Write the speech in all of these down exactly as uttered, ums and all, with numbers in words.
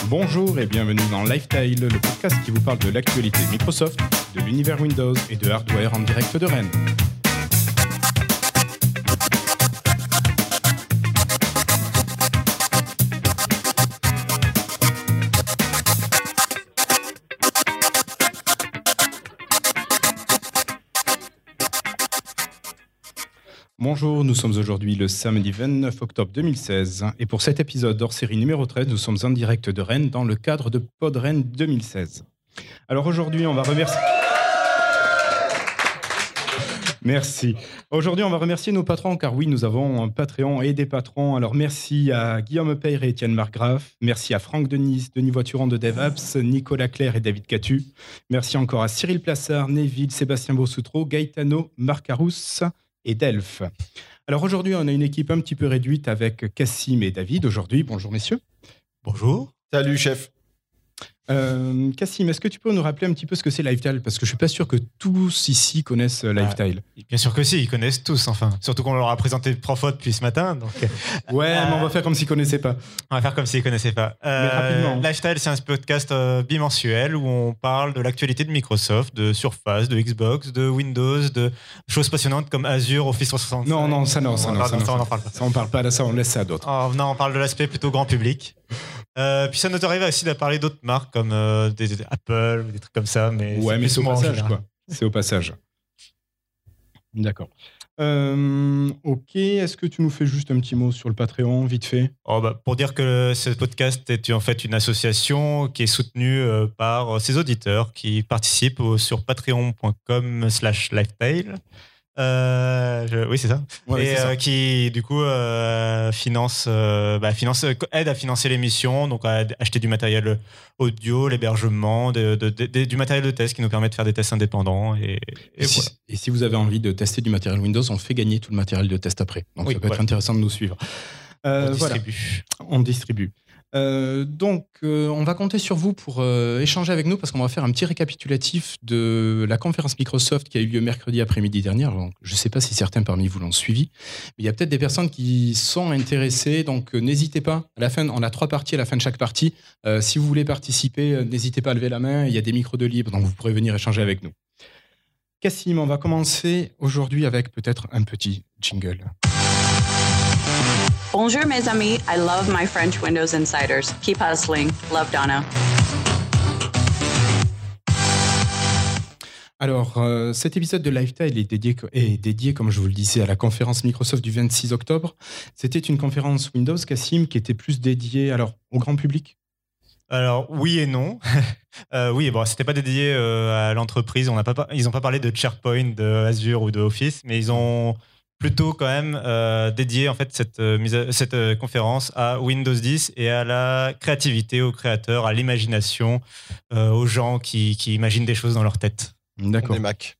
Bonjour et bienvenue dans Lifestyle, le podcast qui vous parle de l'actualité Microsoft, de l'univers Windows et de hardware en direct de Rennes. Bonjour, nous sommes aujourd'hui le samedi vingt-neuf octobre deux mille seize et pour cet épisode hors série numéro treize, nous sommes en direct de Rennes dans le cadre de Pod Rennes deux mille seize. Alors aujourd'hui, on va remercier... Merci. Aujourd'hui, on va remercier nos patrons car oui, nous avons un Patreon et des patrons. Alors merci à Guillaume Peyre et Étienne Margraf. Merci à Franck Denis, Denis Voituron de DevApps, Nicolas Claire et David Catu. Merci encore à Cyril Plassard, Neville, Sébastien Bossoutreau, Gaetano, Marc Arousse et Delphes. Alors aujourd'hui, on a une équipe un petit peu réduite avec Cassim et David aujourd'hui. Bonjour messieurs. Bonjour. Salut chef. Euh, Cassim, est-ce que tu peux nous rappeler un petit peu ce que c'est Lifestyle ? Parce que je suis pas sûr que tous ici connaissent euh, Lifestyle. Ah, bien sûr que si, ils connaissent tous, enfin. Surtout qu'on leur a présenté trois fois depuis ce matin. Donc... Ouais, euh... mais on va faire comme s'ils connaissaient pas. On va faire comme s'ils connaissaient pas. Euh, mais rapidement. Lifestyle, c'est un podcast euh, bimensuel où on parle de l'actualité de Microsoft, de Surface, de Xbox, de Windows, de choses passionnantes comme Azure, Office trois cent soixante-cinq. Non, non, ça non, ça non, ça, non, ça, on n'en parle pas. Ça on parle pas de ça, on laisse ça à d'autres. Oh, non, on parle de l'aspect plutôt grand public. Euh, puis ça nous arrive aussi de parler d'autres marques comme euh, des, des Apple ou des trucs comme ça. Mais ouais, c'est mais c'est au passage, quoi. C'est au passage. D'accord. Euh, ok, est-ce que tu nous fais juste un petit mot sur le Patreon, vite fait ? Oh bah, pour dire que ce podcast est en fait une association qui est soutenue euh, par ses auditeurs qui participent au, sur patreon.com slash lifestyle. Euh, je, oui, c'est ça. Ouais, et c'est euh, ça. Qui, du coup, euh, finance, euh, bah, finance, aide à financer l'émission, donc à acheter du matériel audio, l'hébergement, de, de, de, de, du matériel de test qui nous permet de faire des tests indépendants. Et, et, et, si, voilà. Et si vous avez envie de tester du matériel Windows, on fait gagner tout le matériel de test après. Donc oui, ça peut voilà. être intéressant de nous suivre. Euh, on distribue. Voilà. On distribue. Euh, donc, euh, on va compter sur vous pour euh, échanger avec nous parce qu'on va faire un petit récapitulatif de la conférence Microsoft qui a eu lieu mercredi après-midi dernier. Alors, je ne sais pas si certains parmi vous l'ont suivi, mais il y a peut-être des personnes qui sont intéressées, donc euh, n'hésitez pas. À la fin, on a trois parties à la fin de chaque partie. Euh, si vous voulez participer, euh, n'hésitez pas à lever la main. Il y a des micros de libre, donc vous pourrez venir échanger avec nous. Cassim, on va commencer aujourd'hui avec peut-être un petit jingle. Bonjour mes amis, I love my French Windows Insiders. Keep hustling. Love Donna. Alors, euh, cet épisode de Lifestyle est dédié, est dédié, comme je vous le disais, à la conférence Microsoft du vingt-six octobre. C'était une conférence Windows, Cassim, qui était plus dédiée alors, au grand public ? Alors, oui et non. euh, oui, bon, c'était pas dédié euh, à l'entreprise. On n'a pas, ils n'ont pas parlé de SharePoint, de Azure ou de Office, mais ils ont... plutôt quand même euh, dédié en fait cette, euh, mise à, cette euh, conférence à Windows dix et à la créativité, aux créateurs, à l'imagination, euh, aux gens qui, qui imaginent des choses dans leur tête. D'accord. Des Mac.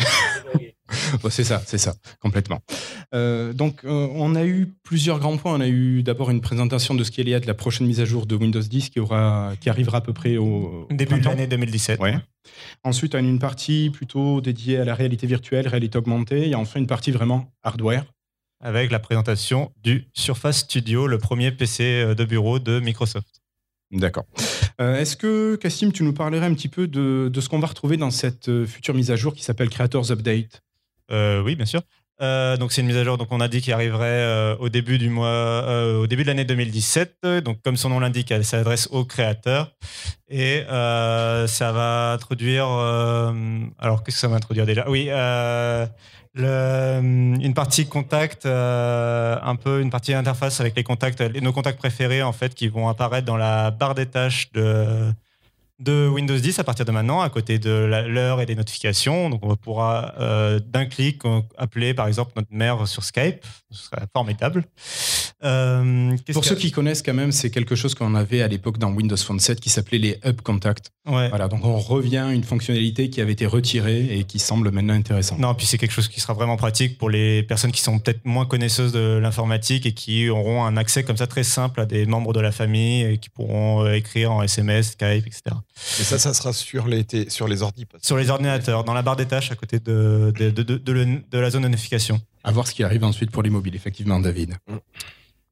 Bon, c'est ça, c'est ça, complètement. Euh, donc, euh, on a eu plusieurs grands points. On a eu d'abord une présentation de ce qu'il y a de la prochaine mise à jour de Windows dix qui, aura, qui arrivera à peu près au début de l'année deux mille dix-sept. Ouais. Ensuite, on a une partie plutôt dédiée à la réalité virtuelle, réalité augmentée, et enfin une partie vraiment hardware. Avec la présentation du Surface Studio, le premier P C de bureau de Microsoft. D'accord. Euh, est-ce que, Cassim, tu nous parlerais un petit peu de, de ce qu'on va retrouver dans cette future mise à jour qui s'appelle Creators Update ? euh, Oui, bien sûr. Euh, donc c'est une mise à jour, donc on a dit qu'il arriverait euh, au début du mois, euh, au début de l'année deux mille dix-sept. Donc comme son nom l'indique, elle s'adresse aux créateurs et euh, ça va introduire. Euh, alors qu'est-ce que ça va introduire déjà ? Oui, euh, le, une partie contact, euh, un peu une partie interface avec les contacts, nos contacts préférés en fait, qui vont apparaître dans la barre des tâches de. de Windows dix à partir de maintenant, à côté de la, l'heure et des notifications. Donc, on pourra euh, d'un clic appeler, par exemple, notre mère sur Skype. Ce serait formidable. Euh, Pour ceux qui connaissent quand même, c'est quelque chose qu'on avait à l'époque dans Windows Phone sept qui s'appelait les Hub Contacts. Ouais. Voilà, donc on revient à une fonctionnalité qui avait été retirée et qui semble maintenant intéressante. Non, puis c'est quelque chose qui sera vraiment pratique pour les personnes qui sont peut-être moins connaisseuses de l'informatique et qui auront un accès comme ça très simple à des membres de la famille et qui pourront écrire en S M S, Skype, et cetera. Et ça, ça sera sur les, t- sur les ordi. Sur les ordinateurs, dans la barre des tâches à côté de, de, de, de, de, le, de la zone de notification. À voir ce qui arrive ensuite pour les mobiles, effectivement, David.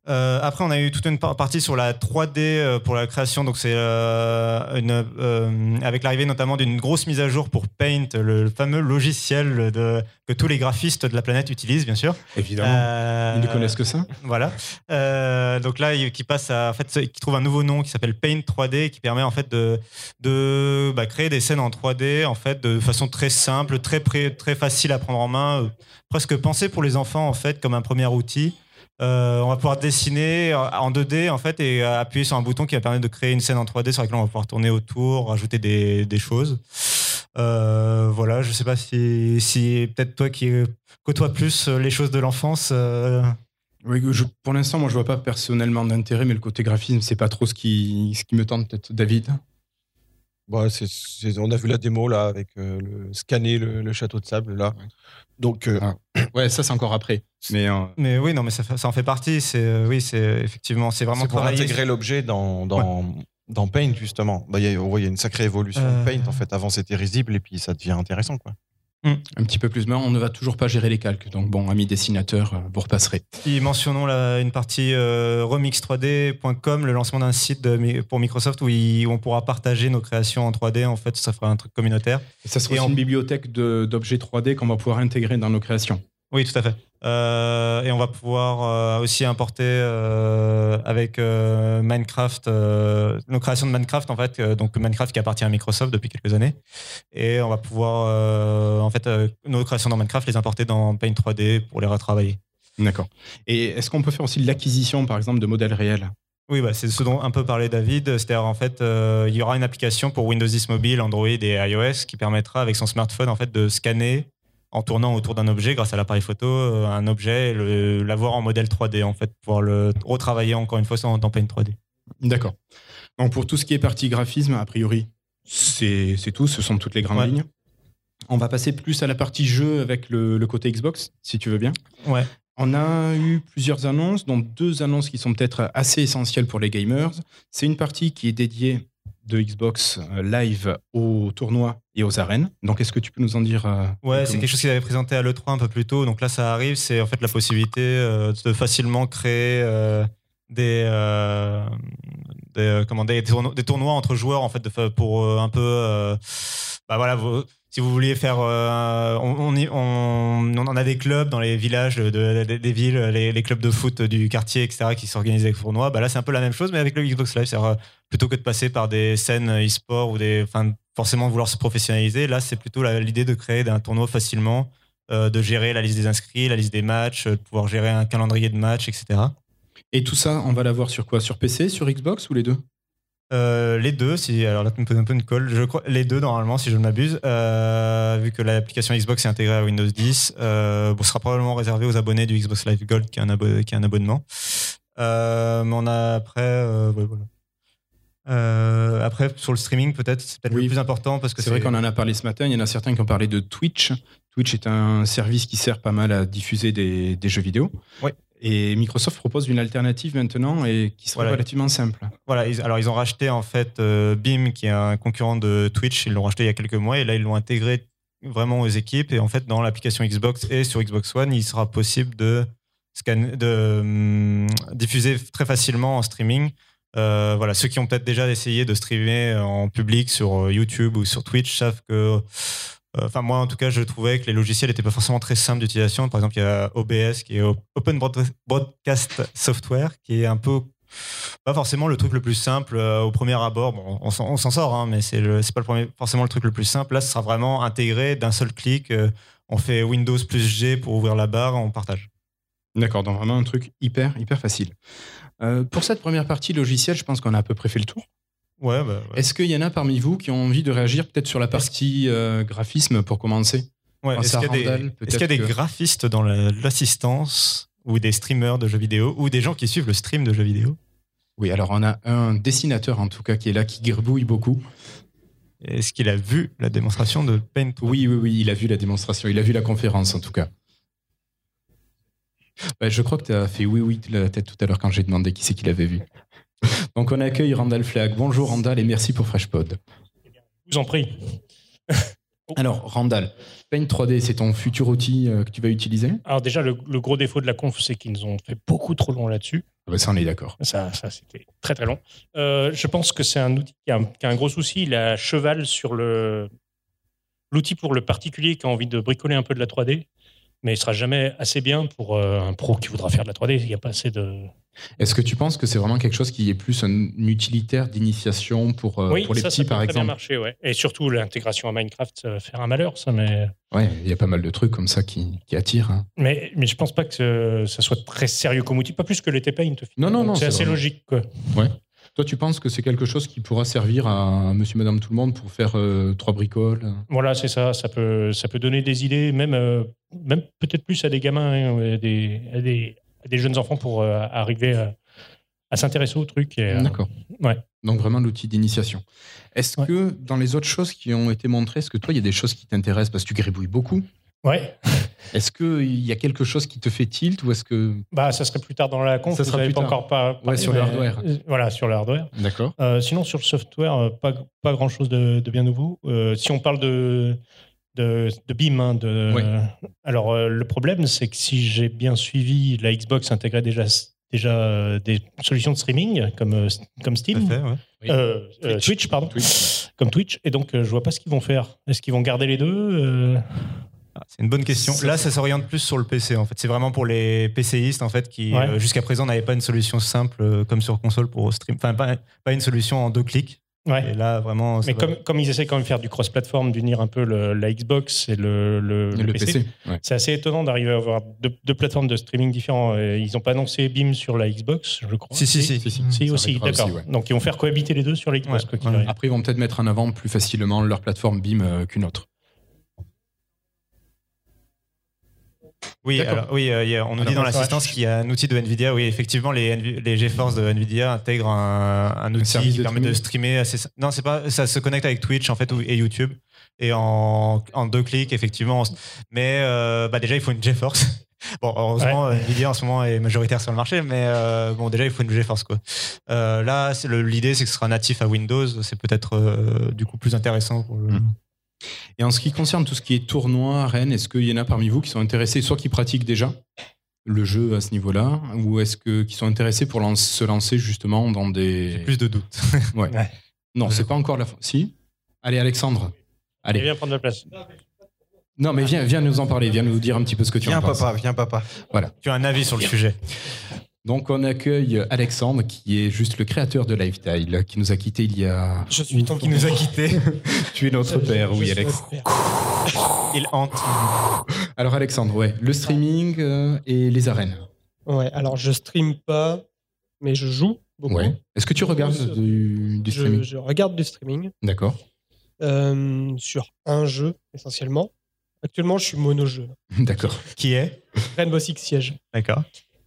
Euh, après, on a eu toute une par- partie sur la trois D euh, pour la création. Donc, c'est euh, une, euh, avec l'arrivée notamment d'une grosse mise à jour pour Paint, le, le fameux logiciel de, que tous les graphistes de la planète utilisent, bien sûr. Évidemment. Euh, Ils ne connaissent que ça. Voilà. Euh, donc là, il, qui passe à, en fait, qui trouve un nouveau nom qui s'appelle Paint trois D, qui permet en fait de, de bah, créer des scènes en trois D en fait de façon très simple, très pré- très facile à prendre en main, euh, presque pensé pour les enfants en fait comme un premier outil. Euh, on va pouvoir dessiner en deux D en fait et appuyer sur un bouton qui va permettre de créer une scène en trois D sur laquelle on va pouvoir tourner autour, rajouter des, des choses. Euh, voilà, je sais pas si, si peut-être toi qui côtoies plus les choses de l'enfance. Euh... Oui, je, pour l'instant, moi, je vois pas personnellement d'intérêt, mais le côté graphisme, c'est pas trop ce qui, ce qui me tente, peut-être, David. Bah, c'est, c'est- on a vu la démo là avec euh, le scanner le, le château de sable là. Ouais. Donc euh, Ah. Ouais, ça, c'est encore après. Mais euh, Mais oui, non, mais ça, fait- ça en fait partie. C'est euh, oui, c'est effectivement, c'est vraiment c'est pour travailler intégrer l'objet dans dans, dans Paint justement. Bah, il y a, on voit il y a une sacrée évolution Euh. de Paint en fait. Avant c'était risible et puis ça devient intéressant quoi. un petit peu plus. Mais on ne va toujours pas gérer les calques. Donc, bon, amis dessinateurs, euh, vous repasserez. Et mentionnons la, une partie euh, remix trois D point com, le lancement d'un site de mi- pour Microsoft où, il- où on pourra partager nos créations en trois D. En fait, ça fera un truc communautaire. Et ça sera Et aussi en- une bibliothèque de- d'objets trois D qu'on va pouvoir intégrer dans nos créations. Oui, tout à fait. Euh, et on va pouvoir euh, aussi importer euh, avec euh, Minecraft, euh, nos créations de Minecraft, en fait, euh, donc Minecraft qui appartient à Microsoft depuis quelques années. Et on va pouvoir, euh, en fait, euh, nos créations dans Minecraft, les importer dans Paint trois D pour les retravailler. D'accord. Et est-ce qu'on peut faire aussi de l'acquisition, par exemple, de modèles réels? Oui, bah, c'est ce dont un peu parlait David. C'est-à-dire, en fait, euh, il y aura une application pour Windows dix Mobile, Android et iOS qui permettra, avec son smartphone, en fait, de scanner en tournant autour d'un objet grâce à l'appareil photo, euh, un objet, et le- l'avoir en modèle trois D, en fait, pouvoir le retravailler encore une fois dans dans Paint trois D. D'accord. Donc, pour tout ce qui est partie graphisme, a priori, c'est c'est tout. Ce sont toutes les grandes Ouais. lignes. On va passer plus à la partie jeu avec le, le côté Xbox, si tu veux bien. Ouais. On a eu plusieurs annonces, dont deux annonces qui sont peut-être assez essentielles pour les gamers. C'est une partie qui est dédiée de Xbox euh, Live aux tournois et aux arènes. Donc, est-ce que tu peux nous en dire euh, Ouais, quelques c'est mots quelque chose qu'ils avaient présenté à l'E trois un peu plus tôt. Donc là, ça arrive. C'est en fait la possibilité euh, de facilement créer euh, des, euh, des, euh, comment, des, tournois, des tournois entre joueurs en fait, de, fa- pour euh, un peu. euh, bah voilà, vous- si vous vouliez faire. euh, on, on, y- on, on en a des clubs dans les villages de, de- de- des villes, les, les clubs de foot du quartier, et cetera, qui s'organisent avec tournois. Bah là, c'est un peu la même chose, mais avec le Xbox Live. C'est-à-dire, euh, plutôt que de passer par des scènes e-sport ou des. Enfin, forcément vouloir se professionnaliser, là, c'est plutôt la- l'idée de créer un tournoi facilement, euh, de gérer la liste des inscrits, la liste des matchs, euh, de pouvoir gérer un calendrier de matchs, et cetera. Et tout ça, on va l'avoir sur quoi? Sur P C, sur Xbox ou les deux? Euh, les deux, si, alors là tu me poses un peu une colle, je crois, les deux normalement si je ne m'abuse, euh, vu que l'application Xbox est intégrée à Windows dix, euh, bon, ce sera probablement réservé aux abonnés du Xbox Live Gold qui est un, abo- qui est un abonnement. Euh, mais on a après, euh, ouais, voilà. Euh, après sur le streaming peut-être c'est peut-être Oui. le plus important parce que C'est vrai qu'on en a parlé ce matin. Il y en a certains qui ont parlé de Twitch. Twitch est un service qui sert pas mal à diffuser des, des jeux vidéo. Ouais. Et Microsoft propose une alternative maintenant et qui serait Voilà. relativement simple. Voilà, ils, alors ils ont racheté en fait euh, Beam qui est un concurrent de Twitch, ils l'ont racheté il y a quelques mois et là ils l'ont intégré vraiment aux équipes et en fait dans l'application Xbox et sur Xbox One, il sera possible de, scanner, de hum, diffuser très facilement en streaming. Euh, voilà, ceux qui ont peut-être déjà essayé de streamer en public sur YouTube ou sur Twitch savent que Enfin, moi, en tout cas, je trouvais que les logiciels n'étaient pas forcément très simples d'utilisation. Par exemple, il y a O B S, qui est Open Broadcast Software, qui est un peu pas forcément le truc le plus simple euh, au premier abord. Bon, on s'en, on s'en sort, hein, mais c'est, le, c'est pas le premier, forcément le truc le plus simple. Là, ce sera vraiment intégré d'un seul clic. Euh, on fait Windows plus G pour ouvrir la barre, on partage. D'accord, donc vraiment un truc hyper, hyper facile. Euh, pour cette première partie logicielle, je pense qu'on a à peu près fait le tour. Ouais, bah, ouais. Est-ce qu'il y en a parmi vous qui ont envie de réagir peut-être sur la partie euh, graphisme pour commencer? Ouais, Pense est-ce, à qu'il y a des, Randall, est-ce qu'il y a des peut-être que- graphistes dans la- l'assistance ou des streamers de jeux vidéo ou des gens qui suivent le stream de jeux vidéo? Oui, alors on a un dessinateur en tout cas qui est là, qui gribouille beaucoup. Est-ce qu'il a vu la démonstration de Paint? Oui, oui, oui, il a vu la démonstration, il a vu la conférence en tout cas. Ouais, je crois que tu as fait oui, oui de la tête tout à l'heure quand j'ai demandé qui c'est qu'il avait vu. Donc on accueille Randall Flag. Bonjour Randall et merci pour FreshPod. Je vous en prie. Alors Randall, Paint trois D, c'est ton futur outil euh, que tu vas utiliser? Alors déjà, le, le gros défaut de la conf, c'est qu'ils nous ont fait beaucoup trop long là-dessus. Ah bah ça, on est d'accord. Ça, ça c'était très très long. Euh, je pense que c'est un outil qui a un, qui a un gros souci. Il a cheval sur le, l'outil pour le particulier qui a envie de bricoler un peu de la trois D, mais il sera jamais assez bien pour euh, un pro qui voudra faire de la trois D. Il n'y a pas assez de... Est-ce que tu penses que c'est vraiment quelque chose qui est plus un utilitaire d'initiation pour, euh, oui, pour les ça, petits, ça peut par très exemple bien marcher, ouais. Et surtout, l'intégration à Minecraft, ça va faire un malheur, ça, mais... Ouais, il y a pas mal de trucs comme ça qui, qui attirent. Hein. Mais, mais je pense pas que ça soit très sérieux comme outil, pas plus que les T-Paint. Non, non, non. C'est, c'est assez vraiment... logique, quoi. Ouais. Toi, tu penses que c'est quelque chose qui pourra servir à monsieur, madame, tout le monde pour faire euh, trois bricoles? Voilà, c'est ça. Ça peut, ça peut donner des idées, même, euh, même peut-être plus à des gamins, hein, à, des, à, des, à des jeunes enfants pour euh, arriver à, à s'intéresser au truc. Et, euh, D'accord. Ouais. Donc vraiment l'outil d'initiation. Est-ce Ouais. que dans les autres choses qui ont été montrées, est-ce que toi, il y a des choses qui t'intéressent parce que tu gribouilles beaucoup? Ouais. Est-ce qu'il y a quelque chose qui te fait tilt ou est-ce que... Bah, ça serait plus tard dans la conf. Ça vous sera avez plus pas tard. encore pas parlé, Ouais, sur le mais- hardware. euh, Voilà, sur le hardware. D'accord. Euh, sinon, sur le software, euh, pas, pas grand-chose de, de bien nouveau. Euh, si on parle de, de, de B I M, hein, de, Ouais. alors euh, le problème, c'est que si j'ai bien suivi, la Xbox intégrait déjà, déjà euh, des solutions de streaming comme, euh, comme Tout à Steam, fait, ouais. Oui. Euh, euh, Twitch. Twitch, pardon, Twitch. comme Twitch. Et donc, euh, je vois pas ce qu'ils vont faire. Est-ce qu'ils vont garder les deux euh, Ah, c'est une bonne question. Ça, Là, ça- ça s'oriente plus sur le P C en fait. C'est vraiment pour les PCistes en fait qui Ouais. euh, jusqu'à présent n'avaient pas une solution simple euh, comme sur console pour stream. Enfin, pas, pas une solution en deux clics. Ouais. Et là, vraiment. ça Mais va- comme, comme ils essaient quand même de faire du cross-platform, d'unir un peu le- la Xbox et le, le, Le, le P C. Ouais. c'est assez étonnant d'arriver à avoir deux, deux plateformes de streaming différents. Euh, Ils n'ont pas annoncé B I M sur la Xbox, je crois. Si, si, si. Si, si. Si, Ça aussi, arrivera d'accord. aussi, ouais. Donc ils vont faire cohabiter les deux sur la Xbox. Ouais, quoi qu'il ouais. arrive. Après, ils vont peut-être mettre en avant plus facilement leur plateforme B I M euh, qu'une autre. Oui, D'accord. alors, oui euh, il y a- on nous Alors, dit dans ouais, l'assistance ouais. qu'il y a un outil de Nvidia. Oui, effectivement, les, Nvi- les GeForce de Nvidia intègrent un, un outil service qui de permet de streamer assez. Non, c'est pas. Ça se connecte avec Twitch en fait ou- et YouTube et en, en deux clics effectivement. Mais euh, bah déjà, il faut une GeForce. Bon, heureusement, Nvidia en ce moment est majoritaire sur le marché, mais euh, bon, déjà, il faut une GeForce quoi. Euh, là, c'est le- l'idée, c'est que ce sera natif à Windows. C'est peut-être euh, du coup plus intéressant pour le. Mm. Et en ce qui concerne tout ce qui est tournoi, arène, est-ce qu'il y en a parmi vous qui sont intéressés, soit qui pratiquent déjà le jeu à ce niveau-là, ou est-ce que qui sont intéressés pour lan- se lancer justement dans des... Plus de doutes. Ouais. Ouais. Non, c'est pas encore la fin. Si. Allez, Alexandre. Il Allez. vient prendre la place. Non, mais viens, viens nous en parler, viens nous dire un petit peu ce que tu Viens en penses. papa, viens papa. Tu as un avis sur le sujet? Donc, on accueille Alexandre, qui est juste le créateur de Lifetile, qui nous a quittés il y a... Je suis ton Qui nous a quittés. Tu es notre père, Je oui, suis Alex. votre père. Il hante. Alors, Alexandre, ouais, le streaming euh, et les arènes. Ouais, alors je stream pas, mais je joue beaucoup. Ouais. Est-ce que tu regardes du, du Je, streaming je regarde du streaming D'accord. euh, sur un jeu essentiellement. Actuellement, je suis mono-jeu. D'accord. Qui est? Rainbow Six Siege. D'accord.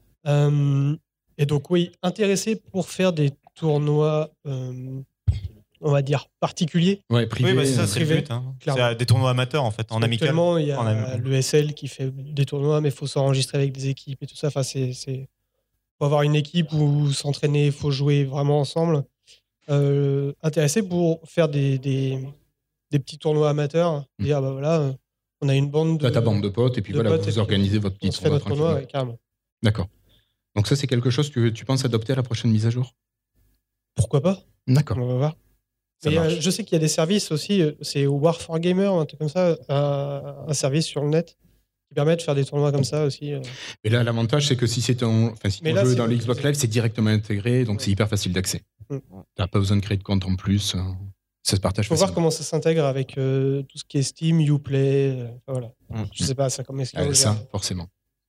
Euh, et donc, oui, intéressé pour faire des tournois, euh, on va dire, particuliers. Ouais, privé. Oui, bah, c'est ça, c'est le privé, but. Hein. clairement. C'est euh, des tournois amateurs, en fait, en amical. Actuellement, il y a En am- l'E S L qui fait des tournois, mais il faut s'enregistrer avec des équipes et tout ça. Enfin, c'est, c'est... faut avoir une équipe où s'entraîner, il faut jouer vraiment ensemble. Euh, intéressé pour faire des, des, des petits tournois amateurs. Mm. Dire, bah voilà, euh, on a une bande de. T'as ta bande de potes et puis de voilà, potes, et vous puis organisez votre on petit se fait tournoi notre tournoi, tranquille. ouais, carrément. D'accord. Donc ça, c'est quelque chose que tu penses adopter à la prochaine mise à jour? Pourquoi pas? D'accord. On va voir. Ça Mais, euh, marche. je sais qu'il y a des services aussi, euh, c'est War for Gamer, un truc comme ça, un, un service sur le net qui permet de faire des tournois comme ça aussi. euh. Et là, l'avantage, c'est que si c'est ton, enfin, si Mais ton là, jeu est c'est dans vous le qui Xbox faisez. Live, c'est directement intégré, donc Ouais. c'est hyper facile d'accès. Mm. T'as pas besoin de créer de compte en plus. euh, Ça se partage Il faut voir facilement. comment ça s'intègre avec euh, tout ce qui est Steam, Uplay. euh, enfin, voilà. Mm. Je sais pas ça comment est-ce qu'ils Ah, vont le ça, faire. forcément.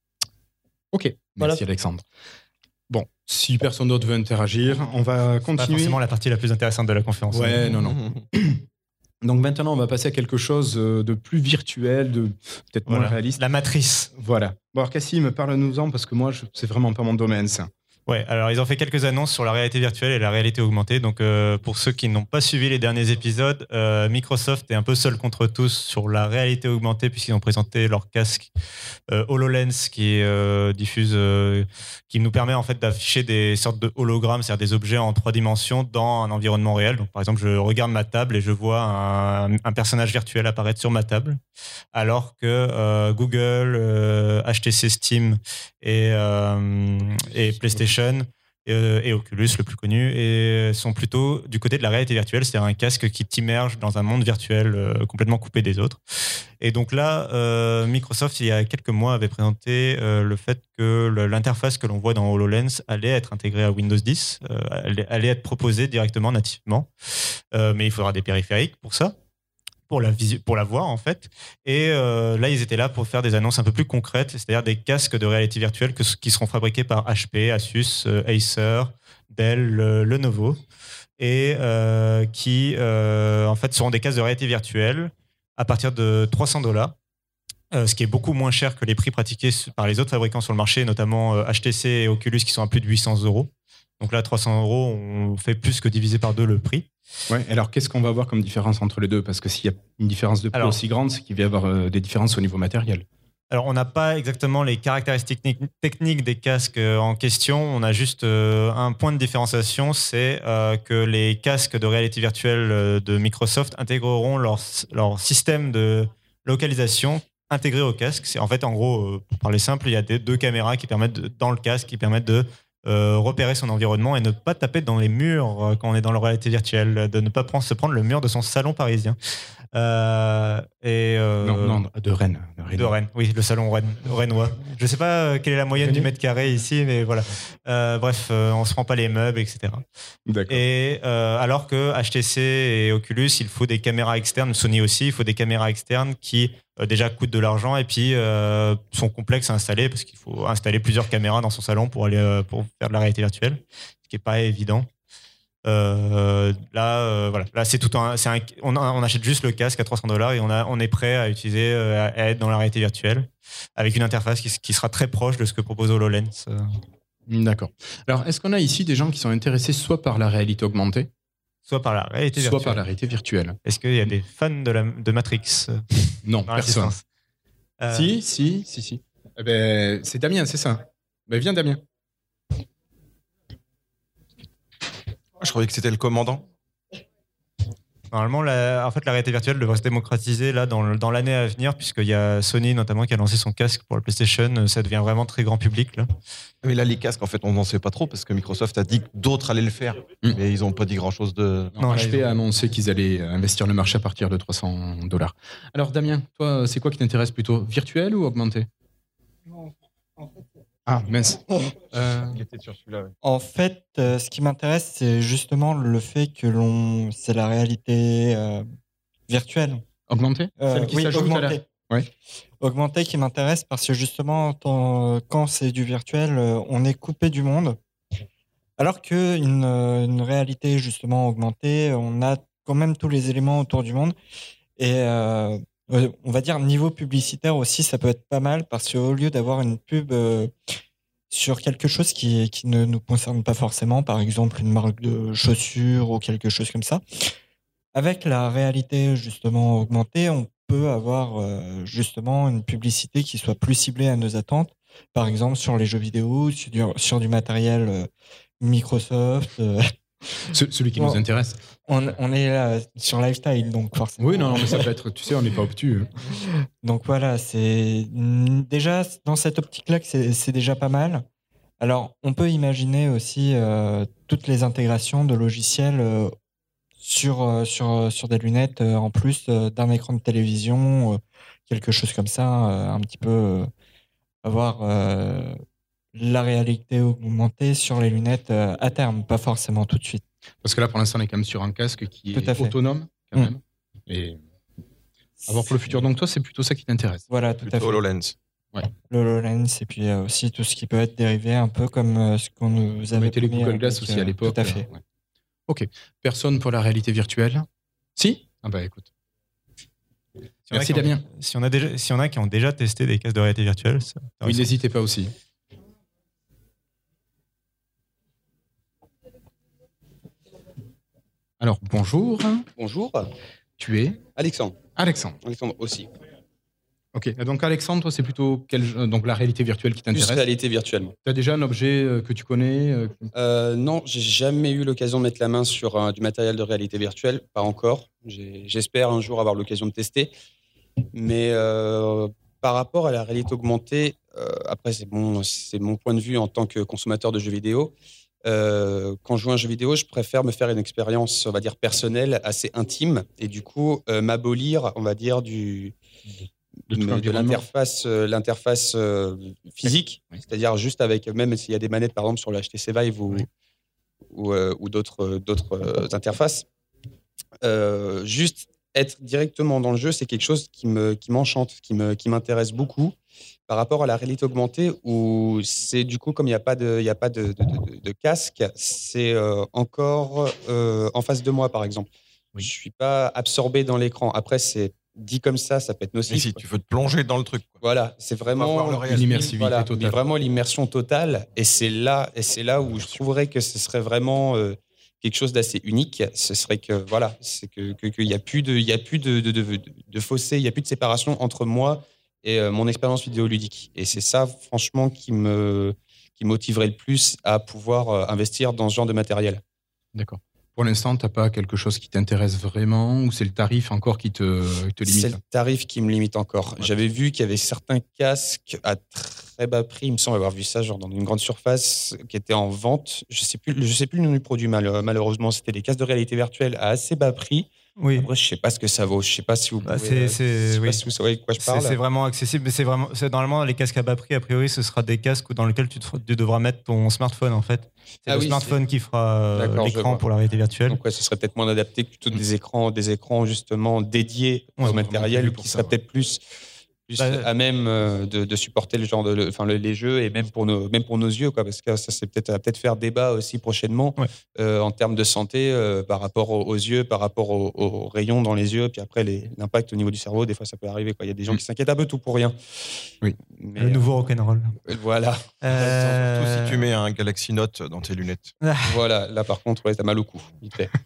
Ok. Voilà. Merci, Alexandre. Bon, si personne d'autre veut interagir, on va Pas continuer. forcément la partie la plus intéressante de la conférence. Ouais, non, non. Donc maintenant, on va passer à quelque chose euh, de plus virtuel, de peut-être moins Voilà. réaliste. La matrice. Voilà. Bon, alors Cassim, parle-nous-en parce que moi, je... c'est vraiment pas mon domaine, ça. Ouais, alors ils ont fait quelques annonces sur la réalité virtuelle et la réalité augmentée. Donc euh, pour ceux qui n'ont pas suivi les derniers épisodes, euh, Microsoft est un peu seul contre tous sur la réalité augmentée puisqu'ils ont présenté leur casque euh, HoloLens qui euh, diffuse, euh, qui nous permet en fait d'afficher des sortes de hologrammes, c'est-à-dire des objets en trois dimensions dans un environnement réel. Donc par exemple, je regarde ma table et je vois un, un personnage virtuel apparaître sur ma table, alors que euh, Google, euh, H T C, Steam et, euh, et PlayStation et, euh, et Oculus, le plus connu, et sont plutôt du côté de la réalité virtuelle, c'est-à-dire un casque qui t'immerge dans un monde virtuel euh, complètement coupé des autres. Et donc là, euh, Microsoft, il y a quelques mois, avait présenté euh, le fait que le, l'interface que l'on voit dans HoloLens allait être intégrée à Windows dix, euh, allait, allait être proposée directement, nativement, euh, mais il faudra des périphériques pour ça. Pour la, visu- pour la voir en fait. Et euh, là, ils étaient là pour faire des annonces un peu plus concrètes, c'est-à-dire des casques de réalité virtuelle que, qui seront fabriqués par H P, Asus, euh, Acer, Dell, euh, Lenovo, et euh, qui euh, en fait seront des casques de réalité virtuelle à partir de trois cents dollars. Euh, ce qui est beaucoup moins cher que les prix pratiqués par les autres fabricants sur le marché, notamment euh, H T C et Oculus qui sont à plus de huit cents euros. Donc là, trois cents euros, on fait plus que diviser par deux le prix. Ouais, alors qu'est-ce qu'on va avoir comme différence entre les deux? Parce que s'il y a une différence de prix alors, aussi grande, c'est qu'il va y avoir euh, des différences au niveau matériel. Alors, on n'a pas exactement les caractéristiques techniques des casques en question. On a juste euh, un point de différenciation, c'est euh, que les casques de réalité virtuelle de Microsoft intégreront leur, leur système de localisation intégré au casque. C'est en fait, en gros, euh, pour parler simple, il y a des, deux caméras qui permettent de, dans le casque qui permettent de Euh, repérer son environnement et ne pas taper dans les murs euh, quand on est dans la réalité virtuelle, de ne pas prendre, se prendre le mur de son salon parisien. Euh, et euh, Non, non, de Rennes. De Rennes, de Rennes, oui, le salon Rennes, rennois. Je ne sais pas euh, quelle est la moyenne du mètre carré ici, mais voilà. Euh, bref, euh, on ne se prend pas les meubles, et cetera. D'accord. Et euh, alors que H T C et Oculus, il faut des caméras externes, Sony aussi, il faut des caméras externes qui euh, déjà coûtent de l'argent et puis euh, sont complexes à installer parce qu'il faut installer plusieurs caméras dans son salon pour aller euh, pour faire de la réalité virtuelle, ce qui n'est pas évident. Euh, là, euh, voilà, là c'est tout un, c'est un on, on achète juste le casque à trois cents dollars et on a, on est prêt à utiliser, euh, à être dans la réalité virtuelle avec une interface qui, qui sera très proche de ce que propose HoloLens. D'accord. Alors, est-ce qu'on a ici des gens qui sont intéressés soit par la réalité augmentée, soit par la réalité soit virtuelle. par la réalité virtuelle? Est-ce qu'il y a des fans de, la, de Matrix? Non, personne. Euh... Si, si, si, si. Eh ben, c'est Damien, c'est ça. Ben, viens, Damien. Je croyais que c'était le commandant. Normalement, la, en fait, la réalité virtuelle devrait se démocratiser là, dans, le, dans l'année à venir, puisqu'il y a Sony notamment qui a lancé son casque pour la PlayStation. Ça devient vraiment très grand public. Là. Mais là, les casques, en fait, on n'en sait pas trop parce que Microsoft a dit que d'autres allaient le faire. Mmh. Mais ils n'ont pas dit grand-chose de... Non, non, H P a annoncé qu'ils allaient investir le marché à partir de trois cents dollars. Alors, Damien, toi, c'est quoi qui t'intéresse plutôt? Virtuel ou augmenté? Non, en fait... Ah, mince. Euh... Il était sur celui-là, ouais. En fait, euh, ce qui m'intéresse, c'est justement le fait que l'on... c'est la réalité euh, virtuelle. Augmentée euh, Celle qui oui, s'ajoute augmentée. à la... Ouais. Augmentée qui m'intéresse parce que justement, tant, quand c'est du virtuel, on est coupé du monde. Alors qu'une une réalité justement augmentée, on a quand même tous les éléments autour du monde. Et euh, on va dire niveau publicitaire aussi, ça peut être pas mal parce qu'au lieu d'avoir une pub euh, sur quelque chose qui, qui ne nous concerne pas forcément, par exemple une marque de chaussures ou quelque chose comme ça, avec la réalité justement augmentée, on peut avoir euh, justement une publicité qui soit plus ciblée à nos attentes, par exemple sur les jeux vidéo, sur du, sur du matériel euh, Microsoft. Euh, Celui qui bon, nous intéresse. On, on est là sur lifestyle, donc forcément. Oui, non, non, mais ça peut être, tu sais, on n'est pas obtus. Hein. Donc voilà, c'est déjà dans cette optique-là que c'est, c'est déjà pas mal. Alors, on peut imaginer aussi euh, toutes les intégrations de logiciels euh, sur, euh, sur, sur des lunettes euh, en plus euh, d'un écran de télévision, euh, quelque chose comme ça, euh, un petit peu euh, avoir euh, la réalité augmentée sur les lunettes euh, à terme, pas forcément tout de suite. Parce que là, pour l'instant, on est quand même sur un casque qui tout est autonome, quand même. Mmh. Et avoir pour le futur. Donc toi, c'est plutôt ça qui t'intéresse. Voilà, tout plutôt à fait. HoloLens. Ouais. Le HoloLens et puis euh, aussi tout ce qui peut être dérivé, un peu comme euh, ce qu'on nous avait mettait les Google avec, Glass aussi à l'époque. Tout à fait. Ouais. Ok. Personne pour la réalité virtuelle? Si? Ah bah écoute. Si Merci ont, Damien. Si on a déjà, si on a qui ont déjà testé des casques de réalité virtuelle, ça, oui, n'hésitez pas aussi. Alors bonjour. Bonjour. Tu es Alexandre. Alexandre. Alexandre aussi. Ok, donc Alexandre, toi, c'est plutôt quel, donc la réalité virtuelle qui t'intéresse? Plus réalité virtuelle. Tu as déjà un objet que tu connais? euh, Non, j'ai jamais eu l'occasion de mettre la main sur euh, du matériel de réalité virtuelle, pas encore. J'ai, j'espère un jour avoir l'occasion de tester. Mais euh, par rapport à la réalité augmentée, euh, après c'est bon, c'est mon point de vue en tant que consommateur de jeux vidéo, Euh, quand je joue à un jeu vidéo, je préfère me faire une expérience, on va dire, personnelle, assez intime, et du coup, euh, m'abolir, on va dire, du, De tout de, l'environnement. l'interface, euh, l'interface euh, physique, Oui. c'est-à-dire juste avec, même s'il y a des manettes, par exemple, sur le H T C Vive ou, Oui. ou, euh, ou d'autres, d'autres euh, interfaces, euh, juste être directement dans le jeu, c'est quelque chose qui, me, qui m'enchante, qui, me, qui m'intéresse beaucoup par rapport à la réalité augmentée où c'est du coup, comme il n'y a pas de, il y a pas de, de, de, de casque, c'est euh, encore euh, en face de moi, par exemple. Oui. Je ne suis pas absorbé dans l'écran. Après, c'est dit comme ça, ça peut être Mais nocif. si quoi. tu veux te plonger dans le truc. quoi. Voilà, c'est voir vraiment le réel. L'immersivité voilà, totale. mais vraiment l'immersion totale. Et c'est là, et c'est là où je trouverais que ce serait vraiment euh, quelque chose d'assez unique. Ce serait que voilà, c'est que que- qu'il y a plus de, il y a plus de de, de, de fossé, il y a plus de séparation entre moi et euh, mon expérience vidéoludique. Et c'est ça, franchement, qui me qui motiverait le plus à pouvoir euh, investir dans ce genre de matériel. D'accord. Pour l'instant, tu n'as pas quelque chose qui t'intéresse vraiment ou c'est le tarif encore qui te, te C'est limite le tarif qui me limite encore. J'avais vu qu'il y avait certains casques à très bas prix. Il me semble avoir vu ça genre dans une grande surface qui était en vente. Je sais plus, je sais plus le nom du produit mal- malheureusement. C'était des casques de réalité virtuelle à assez bas prix. Oui. Après, je sais pas ce que ça vaut. Je sais pas si vous Bah, pouvez. c'est- euh, c'est- je sais pas oui. si vous savez de quoi je C'est parle. c'est vraiment accessible, mais c'est vraiment, c'est normalement les casques à bas prix. A priori, ce sera des casques dans lesquels tu, te- tu devras mettre ton smartphone en fait. C'est Ah le oui, smartphone qui fera euh, D'accord, je l'écran vois. pour la réalité virtuelle. Donc ouais, ce serait peut-être moins adapté que plutôt des écrans, des écrans justement dédiés Ouais, au vraiment matériel prévu pour qui ça, serait ouais. peut-être plus, plus Bah, à même euh, de, de supporter le genre de, le- enfin le- les jeux et même pour nos, même pour nos yeux quoi, parce que ça c'est peut-être ça va peut-être faire débat aussi prochainement Ouais. euh, en termes de santé euh, par rapport aux, aux yeux, par rapport aux, aux rayons dans les yeux, puis après les- l'impact au niveau du cerveau, des fois ça peut arriver quoi. Il y a des gens Mm. qui s'inquiètent un peu tout pour rien. Oui. Mais, Le nouveau rock'n'roll. euh, voilà, Euh, Surtout si tu mets un Galaxy Note dans tes lunettes. voilà. Là par contre, ouais, t'as mal au cou. vite fait.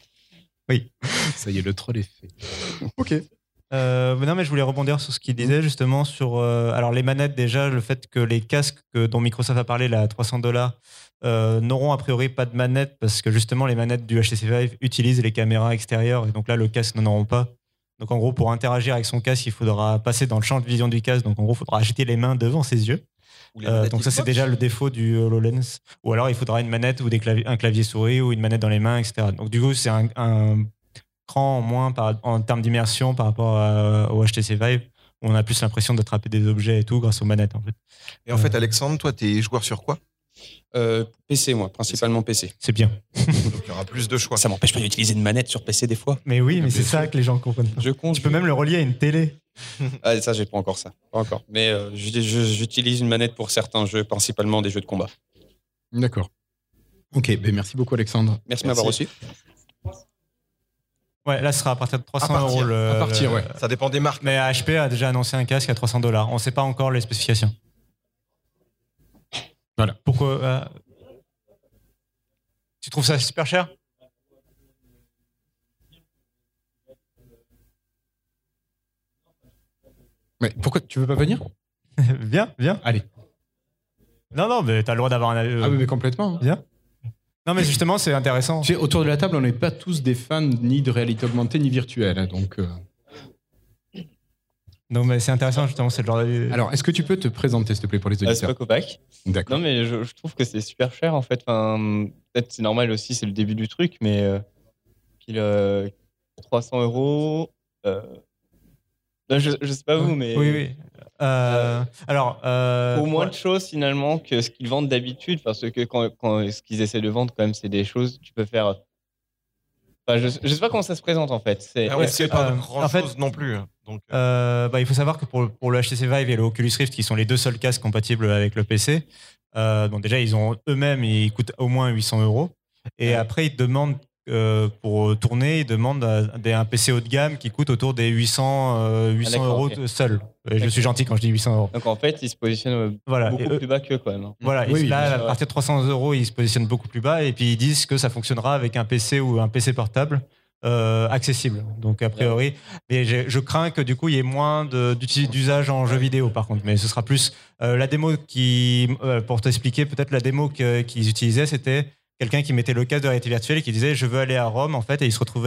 Ça y est, le troll est fait. Ok. Euh, mais non, mais je voulais rebondir sur ce qu'il disait justement sur. euh, alors les manettes déjà, le fait que les casques que- dont Microsoft a parlé là à trois cents dollars euh, n'auront a priori pas de manette parce que justement les manettes du H T C Vive utilisent les caméras extérieures et donc là le casque n'en auront pas. Donc en gros pour interagir avec son casque, il faudra passer dans le champ de vision du casque. Donc en gros, il faudra agiter les mains devant ses yeux. Ou les Euh, manettes donc ça c'est Xbox. déjà le défaut du HoloLens. Ou alors il faudra une manette ou des clavi- un clavier souris ou une manette dans les mains, et cetera. Donc du coup c'est un, un cran en moins par, en termes d'immersion par rapport à- au H T C Vive. Où on a plus l'impression d'attraper des objets et tout grâce aux manettes en fait. Et en fait, Alexandre, toi, t'es joueur sur quoi? Euh, P C moi, principalement P C. C'est bien. Donc il y aura plus de choix. Ça m'empêche pas d'utiliser une manette sur P C des fois. Mais oui, mais c'est Bien ça sûr. que les gens comprennent pas. Je compte. Tu peux même le relier à une télé. Ah, ça, j'ai pas encore ça. Pas encore. Mais euh, je- je- j'utilise une manette pour certains jeux, principalement des jeux de combat. D'accord. Ok, ben merci beaucoup Alexandre. Merci de m'avoir reçu. Ouais, là ce sera à partir de trois cents À partir, euros. Le, à partir, le- ouais. Ça dépend des marques. Mais H P a déjà annoncé un casque à trois cents dollars. On ne sait pas encore les spécifications. Voilà. Pourquoi euh, Tu trouves ça super cher? Mais pourquoi tu veux pas venir? Viens, viens. Allez. Non, non, mais t'as le droit d'avoir un. euh, Ah oui, mais complètement. hein. Viens. Non, mais justement, c'est intéressant. Tu sais, autour de la table, on n'est pas tous des fans ni de réalité augmentée ni virtuelle. hein, donc, euh, Non, mais c'est intéressant, justement, c'est le genre de. alors, est-ce que tu peux te présenter, s'il te plaît, pour les Ah, c'est auditeurs? pas Kovac. D'accord. Non, mais je, je trouve que c'est super cher en fait. Enfin, peut-être c'est normal aussi, c'est le début du truc, mais euh, qu'il, euh, trois cents euros. Euh... non, je, je sais pas vous, mais Oui, oui. Euh, alors. euh, pour moins ouais. de choses finalement que ce qu'ils vendent d'habitude, parce que quand, quand ce qu'ils essaient de vendre, quand même, c'est des choses tu peux faire. Enfin, je, je sais pas comment ça se présente en fait. C'est, Ah ouais, est-ce c'est que- pas euh, grand en fait- chose non plus. Donc, euh, Euh, bah, il faut savoir que pour, pour le H T C Vive et le Oculus Rift, qui sont les deux seuls casques compatibles avec le P C, euh, donc déjà, ils ont eux-mêmes, ils coûtent au moins huit cents euros. Et Ouais. après, ils demandent, euh, pour tourner, ils demandent euh, des- un P C haut de gamme qui coûte autour des huit cents, euh, huit cents Ah, d'accord, euros ok. seul. Et je D'accord. suis gentil quand je dis huit cents euros. Donc en fait, ils se positionnent euh, Voilà. beaucoup Et eux- plus bas qu'eux quand même. hein. Voilà, Oui, et oui, là, bien à sûr. partir de trois cents euros, ils se positionnent beaucoup plus bas et puis ils disent que ça fonctionnera avec un P C ou un P C portable euh, accessible. Donc, a priori, mais je, je crains que du coup, il y ait moins de- d'uti- d'usage en jeu vidéo par contre. Mais ce sera plus euh, la démo qui, euh, pour t'expliquer, peut-être la démo que- qu'ils utilisaient, c'était quelqu'un qui mettait le casque de réalité virtuelle et qui disait je veux aller à Rome en fait, et il se retrouvait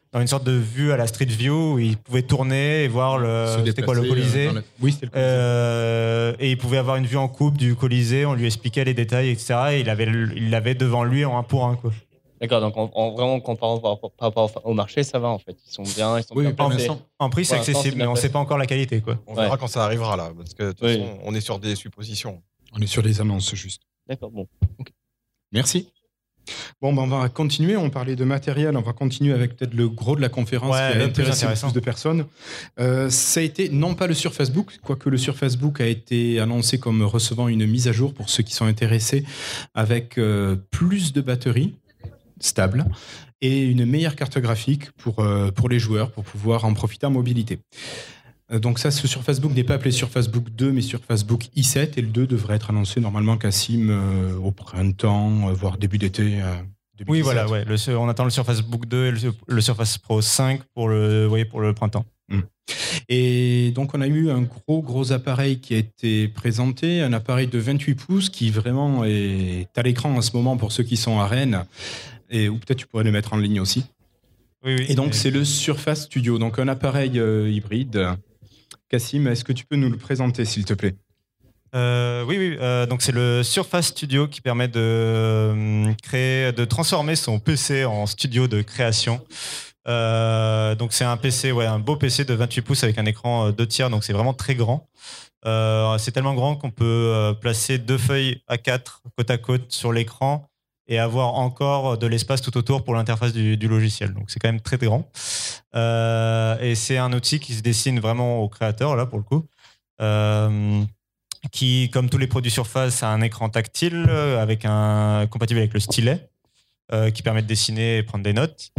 dans une sorte de vue à la Street View où il pouvait tourner et voir le, Se c'était quoi, le déplacer, Colisée. euh, dans la- Oui, c'était le Colisée. Euh, et il pouvait avoir une vue en coupe du Colisée, on lui expliquait les détails, et cetera. Et il avait, le- il l'avait devant lui en un pour un, quoi. D'accord, donc en, en vraiment comparant par rapport, par rapport au marché, ça va en fait. Ils sont bien, ils sont Oui, bien pour placés. l'instant. En prix, c'est Pour l'instant, accessible, c'est mais bien on ne fait. sait pas encore la qualité, quoi. On verra Ouais. quand ça arrivera là, parce que de toute Oui. façon, on est sur des suppositions. On est sur les annonces, juste. D'accord, bon. Merci. Bon, ben, on va continuer. On parlait de matériel. On va continuer avec peut-être le gros de la conférence Ouais, qui a le plus intéressé le intéressant. plus de personnes. Euh, ça a été, non pas le sur Facebook, quoique le sur Facebook a été annoncé comme recevant une mise à jour pour ceux qui sont intéressés, avec euh, plus de batteries stables et une meilleure carte graphique pour, euh, pour les joueurs, pour pouvoir en profiter en mobilité. Euh, Donc ça, ce sur Facebook n'est pas appelé sur Facebook deux, mais sur Facebook i sept, et le deux devrait être annoncé normalement, Cassim, euh, au printemps, euh, voire début d'été. euh, deux mille dix-sept. Oui, voilà, ouais. Le, sur- on attend le Surface Book deux et le, le Surface Pro cinq pour le, ouais, pour le printemps. Et donc on a eu un gros gros appareil qui a été présenté, un appareil de vingt-huit pouces qui vraiment est à l'écran en ce moment pour ceux qui sont à Rennes, et, ou peut-être tu pourrais le mettre en ligne aussi. Oui, oui. Et donc mais- c'est le Surface Studio, donc un appareil euh, hybride. Cassim, est-ce que tu peux nous le présenter s'il te plaît? Euh, oui, oui. euh, donc c'est le Surface Studio qui permet de euh, créer, de transformer son P C en studio de création. Euh, donc c'est un P C, ouais, un beau P C de vingt-huit pouces avec un écran euh, deux tiers, donc c'est vraiment très grand. Euh, c'est tellement grand qu'on peut euh, placer deux feuilles A quatre côte à côte sur l'écran et avoir encore de l'espace tout autour pour l'interface du, du logiciel. Donc c'est quand même très très grand. Euh, et c'est un outil qui se destine vraiment aux créateurs là pour le coup. Euh, qui, comme tous les produits Surface, a un écran tactile euh, avec un compatible avec le stylet, euh, qui permet de dessiner et prendre des notes.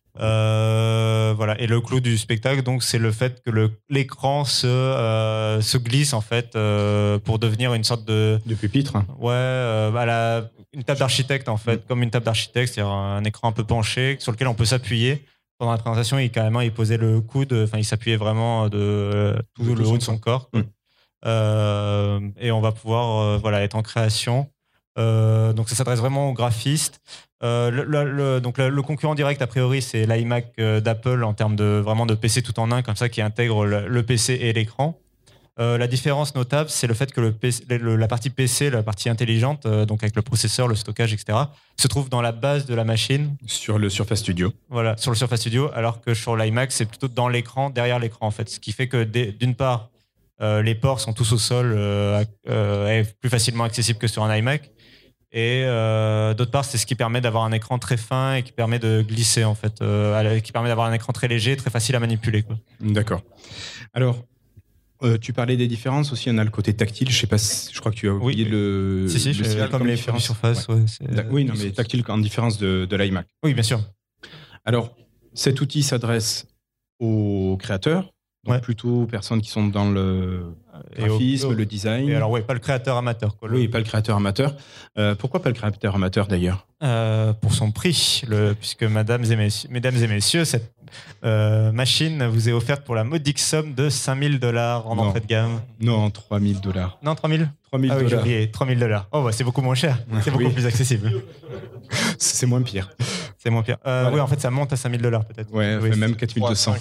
Euh, voilà. Et le clou du spectacle, donc, c'est le fait que le- l'écran se, euh, se glisse en fait euh, pour devenir une sorte de De pupitre. ouais, euh, à la- une table d'architecte en fait, comme une table d'architecte, c'est-à-dire un écran un peu penché sur lequel on peut s'appuyer. Pendant la présentation, il carrément il posait le coude, enfin il s'appuyait vraiment de tout De le tout haut de son son corps. quoi. Mm. Euh, et on va pouvoir euh, voilà, être en création. Euh, donc ça s'adresse vraiment aux graphistes. Euh, le, le- le- donc le, le concurrent direct, a priori, c'est l'iMac euh, d'Apple en termes de, vraiment de P C tout en un, comme ça, qui intègre le, le P C et l'écran. Euh, la différence notable, c'est le fait que le P C, le- la partie P C, la partie intelligente, euh, donc avec le processeur, le stockage, et cetera, se trouve dans la base de la machine, Sur le Surface Studio. voilà, sur le Surface Studio, alors que sur l'iMac, c'est plutôt dans l'écran, derrière l'écran en fait. Ce qui fait que dès- d'une part, euh, les ports sont tous au sol, euh, euh, et plus facilement accessibles que sur un iMac. Et euh, d'autre part, c'est ce qui permet d'avoir un écran très fin et qui permet de glisser en fait, euh, à la- qui permet d'avoir un écran très léger, très facile à manipuler, quoi. D'accord. Alors, euh, tu parlais des différences aussi. On a le côté tactile. Je sais pas. si- Je crois que tu as oublié Oui. le. si si, le je- signal comme les produits différence. Surface. Ouais. ouais, c'est- D'ac- Oui, non, mais tactile en différence de, de l'iMac. Oui, bien sûr. Alors, cet outil s'adresse aux créateurs, donc Ouais. plutôt aux personnes qui sont dans le Et au- graphisme, au- le design. Et alors, ouais, pas le créateur amateur, quoi. Le- Oui, pas le créateur amateur. Euh, pourquoi pas le créateur amateur d'ailleurs? Euh, pour son prix, le, puisque mesdames et messieurs, mesdames et messieurs cette euh, machine vous est offerte pour la modique somme de cinq mille dollars en Non. entrée de gamme. Non, trois mille dollars. Non, trois mille trois mille Ah oui, j'ai dollars. oublié, trois mille dollars. Oh, bah, c'est beaucoup moins cher. C'est beaucoup Oui. plus accessible. C'est moins pire. C'est moins pire. Euh, Voilà. Oui, en fait, ça monte à cinq mille dollars peut-être. Ouais, Oui, même c'est- quatre mille deux cents.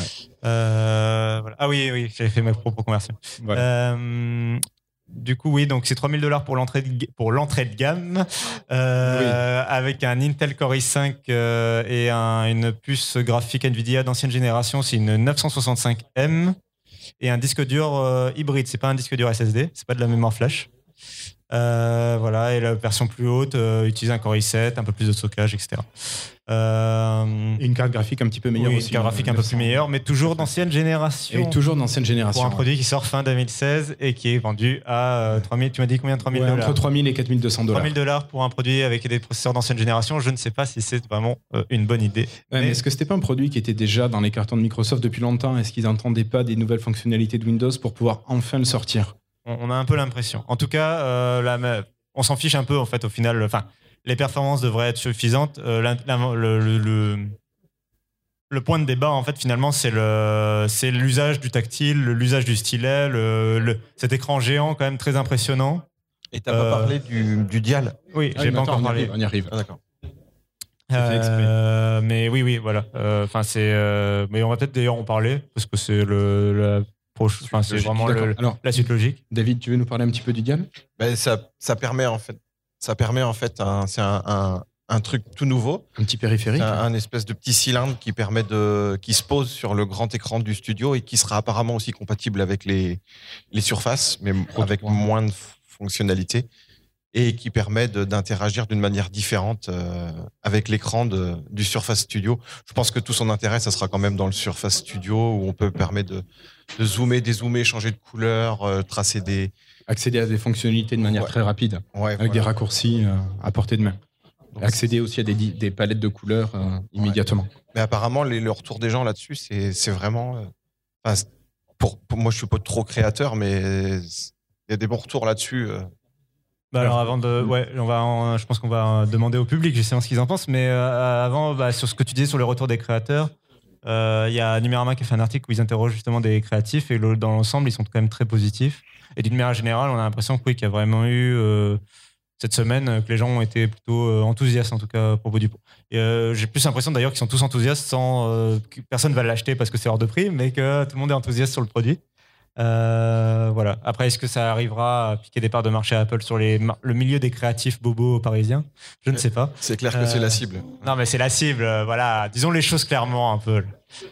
Euh, voilà. Ah oui, oui, j'avais fait mes propos commerciaux. Voilà. Euh, du coup, oui, donc c'est trois mille dollars pour l'entrée de, ga- pour l'entrée de gamme, euh, avec un Intel Core i cinq euh, et un- une puce graphique Nvidia d'ancienne génération, c'est une neuf cent soixante-cinq M, et un disque dur euh, hybride, c'est pas un disque dur S S D, c'est pas de la mémoire flash. Euh, voilà, et la version plus haute euh, utilise un Core i sept, un peu plus de stockage, et cetera. Euh, Et une carte graphique un petit peu meilleure oui, aussi. une carte graphique un peu plus meilleure, mais toujours d'ancienne génération. Et toujours d'ancienne génération. Pour un produit qui sort fin deux mille seize et qui est vendu à euh, trois mille. Tu m'as dit combien? trois mille Ouais, dollars. entre trois mille et quatre mille deux cents dollars. trois mille dollars pour un produit avec des processeurs d'ancienne génération. Je ne sais pas si c'est vraiment euh, une bonne idée. Ouais, mais Mais- est-ce que c'était pas un produit qui était déjà dans les cartons de Microsoft depuis longtemps? Est-ce qu'ils n'entendaient pas des nouvelles fonctionnalités de Windows pour pouvoir enfin le sortir? on, on a un peu l'impression. En tout cas, euh, la- on s'en fiche un peu en fait au final. Enfin, les performances devraient être suffisantes. Euh, la- la- le, le- le- le point de débat en fait finalement c'est le c'est l'usage du tactile, l'usage du stylet, le, le- cet écran géant quand même très impressionnant. Et t'as Euh, pas parlé du, du dial. Oui, Ah, j'ai mais pas attends, encore on y parlé. arrive, on y arrive. Ah, d'accord. C'est fait exprès. Euh, mais oui, oui, voilà. Enfin, c'est. euh, mais on va peut-être d'ailleurs en parler parce que c'est le. La proche- Enfin, c'est logique. vraiment D'accord. le- Alors, la suite logique. David, tu veux nous parler un petit peu du dial? Ben, ça, ça permet en fait, ça permet en fait, un, c'est un, un, un truc tout nouveau. Un petit périphérique. C'est un, un espèce de petit cylindre qui permet de, qui se pose sur le grand écran du studio et qui sera apparemment aussi compatible avec les, les surfaces, mais avec moins de f- fonctionnalités et qui permet de- d'interagir d'une manière différente euh, avec l'écran de, du Surface Studio. Je pense que tout son intérêt, ça sera quand même dans le Surface Studio où on peut permettre de, de zoomer, dézoomer, changer de couleur, euh, tracer des. Accéder à des fonctionnalités de manière Ouais. très rapide, Ouais, avec des voilà. raccourcis euh, à portée de main. Donc, Accéder aussi à des, di- des palettes de couleurs euh, immédiatement. Mais apparemment, les, le retour des gens là-dessus, c'est c'est vraiment. euh, enfin, c'est- pour, pour moi, je suis pas trop créateur, mais il y a des bons retours là-dessus. euh. Bah alors avant de, ouais, on va, en- je pense qu'on va demander au public justement ce qu'ils en pensent. Mais euh, avant, bah, sur ce que tu disais sur le retour des créateurs, euh, il y a Numérama qui a fait un article où ils interrogent justement des créatifs et le- dans l'ensemble, ils sont quand même très positifs. Et d'une manière générale, on a l'impression que oui, qu'il y a vraiment eu euh, cette semaine euh, que les gens ont été plutôt euh, enthousiastes en tout cas à propos du. Et, euh, j'ai plus l'impression d'ailleurs qu'ils sont tous enthousiastes sans euh, que personne va l'acheter parce que c'est hors de prix, mais que tout le monde est enthousiaste sur le produit. Euh, voilà. Après, est-ce que ça arrivera à piquer des parts de marché à Apple sur les, mar- le milieu des créatifs bobos parisiens? Je ne sais pas. C'est clair que Euh, c'est la cible. Non, mais c'est la cible. euh, Voilà. Disons les choses clairement un peu.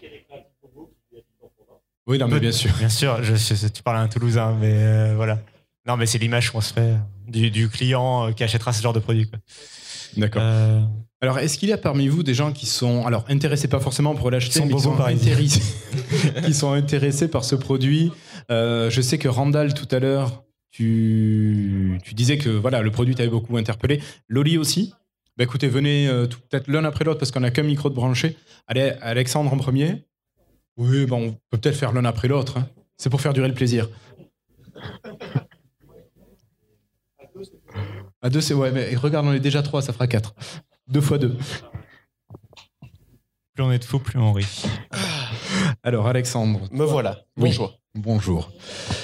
Oui, non, mais bien sûr. Bien sûr. Je, je- tu parles à un Toulousain, mais euh, voilà. Non, mais c'est l'image qu'on se fait du, du client euh, qui achètera ce genre de produit, quoi. D'accord. Euh, Alors, est-ce qu'il y a parmi vous des gens qui sont, alors intéressés pas forcément pour l'acheter, Qui sont mais qui bobos sont, parisiens. intéressés, qui sont intéressés par ce produit? Euh, Je sais que Randall, tout à l'heure, tu, tu disais que voilà, le produit t'avait beaucoup interpellé. Loli aussi. Bah, écoutez, venez euh, tout- peut-être l'un après l'autre parce qu'on n'a qu'un micro de branché. Allez, Alexandre en premier. Oui, bon, on peut peut-être faire l'un après l'autre. Hein. C'est pour faire durer le plaisir. À deux, c'est ouais, mais regarde, on est déjà trois, ça fera quatre. Deux fois deux. plus on est de fous, plus on rit. Alors, Alexandre. Me voilà. Oui. Bonjour. Bonjour.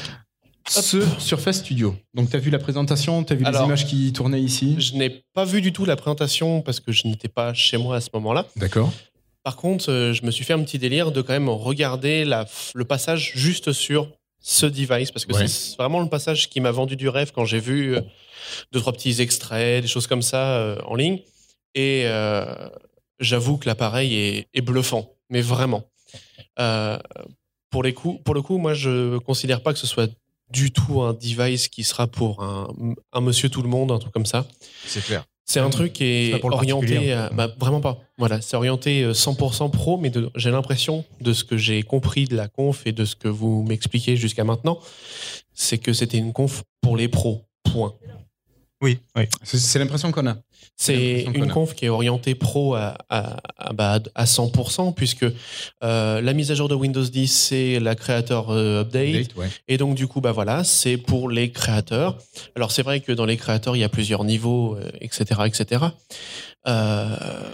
Ce Surface Studio. Donc, tu as vu la présentation, tu as vu les Alors, images qui tournaient ici? Je n'ai pas vu du tout la présentation parce que je n'étais pas chez moi à ce moment-là. D'accord. Par contre, euh, je me suis fait un petit délire de quand même regarder la, f- le passage juste sur ce device parce que Ouais. c'est vraiment le passage qui m'a vendu du rêve quand j'ai vu euh, deux, trois petits extraits, des choses comme ça euh, en ligne. Et euh, j'avoue que l'appareil est, est bluffant, mais vraiment. Euh, pour, les coups, pour le coup, moi, je ne considère pas que ce soit du tout un device qui sera pour un, un monsieur tout le monde, un truc comme ça. C'est clair. C'est un truc qui C'est pas est pour le orienté, particulier, à- bah, vraiment pas. Voilà, c'est orienté euh, cent pour cent pro, mais de- j'ai l'impression de ce que j'ai compris de la conf et de ce que vous m'expliquez jusqu'à maintenant, c'est que c'était une conf pour les pros. Point. Oui, oui. C'est- C'est l'impression qu'on a. C'est l'impression qu'on une a. conf qui est orientée pro à, à, à, bah, à cent pour cent, puisque euh, la mise à jour de Windows dix, c'est la Creator euh, Update. Update, ouais. Et donc, du coup, bah voilà, c'est pour les créateurs. Alors, c'est vrai que dans les créateurs, il y a plusieurs niveaux, euh, et cetera, et cetera. Euh,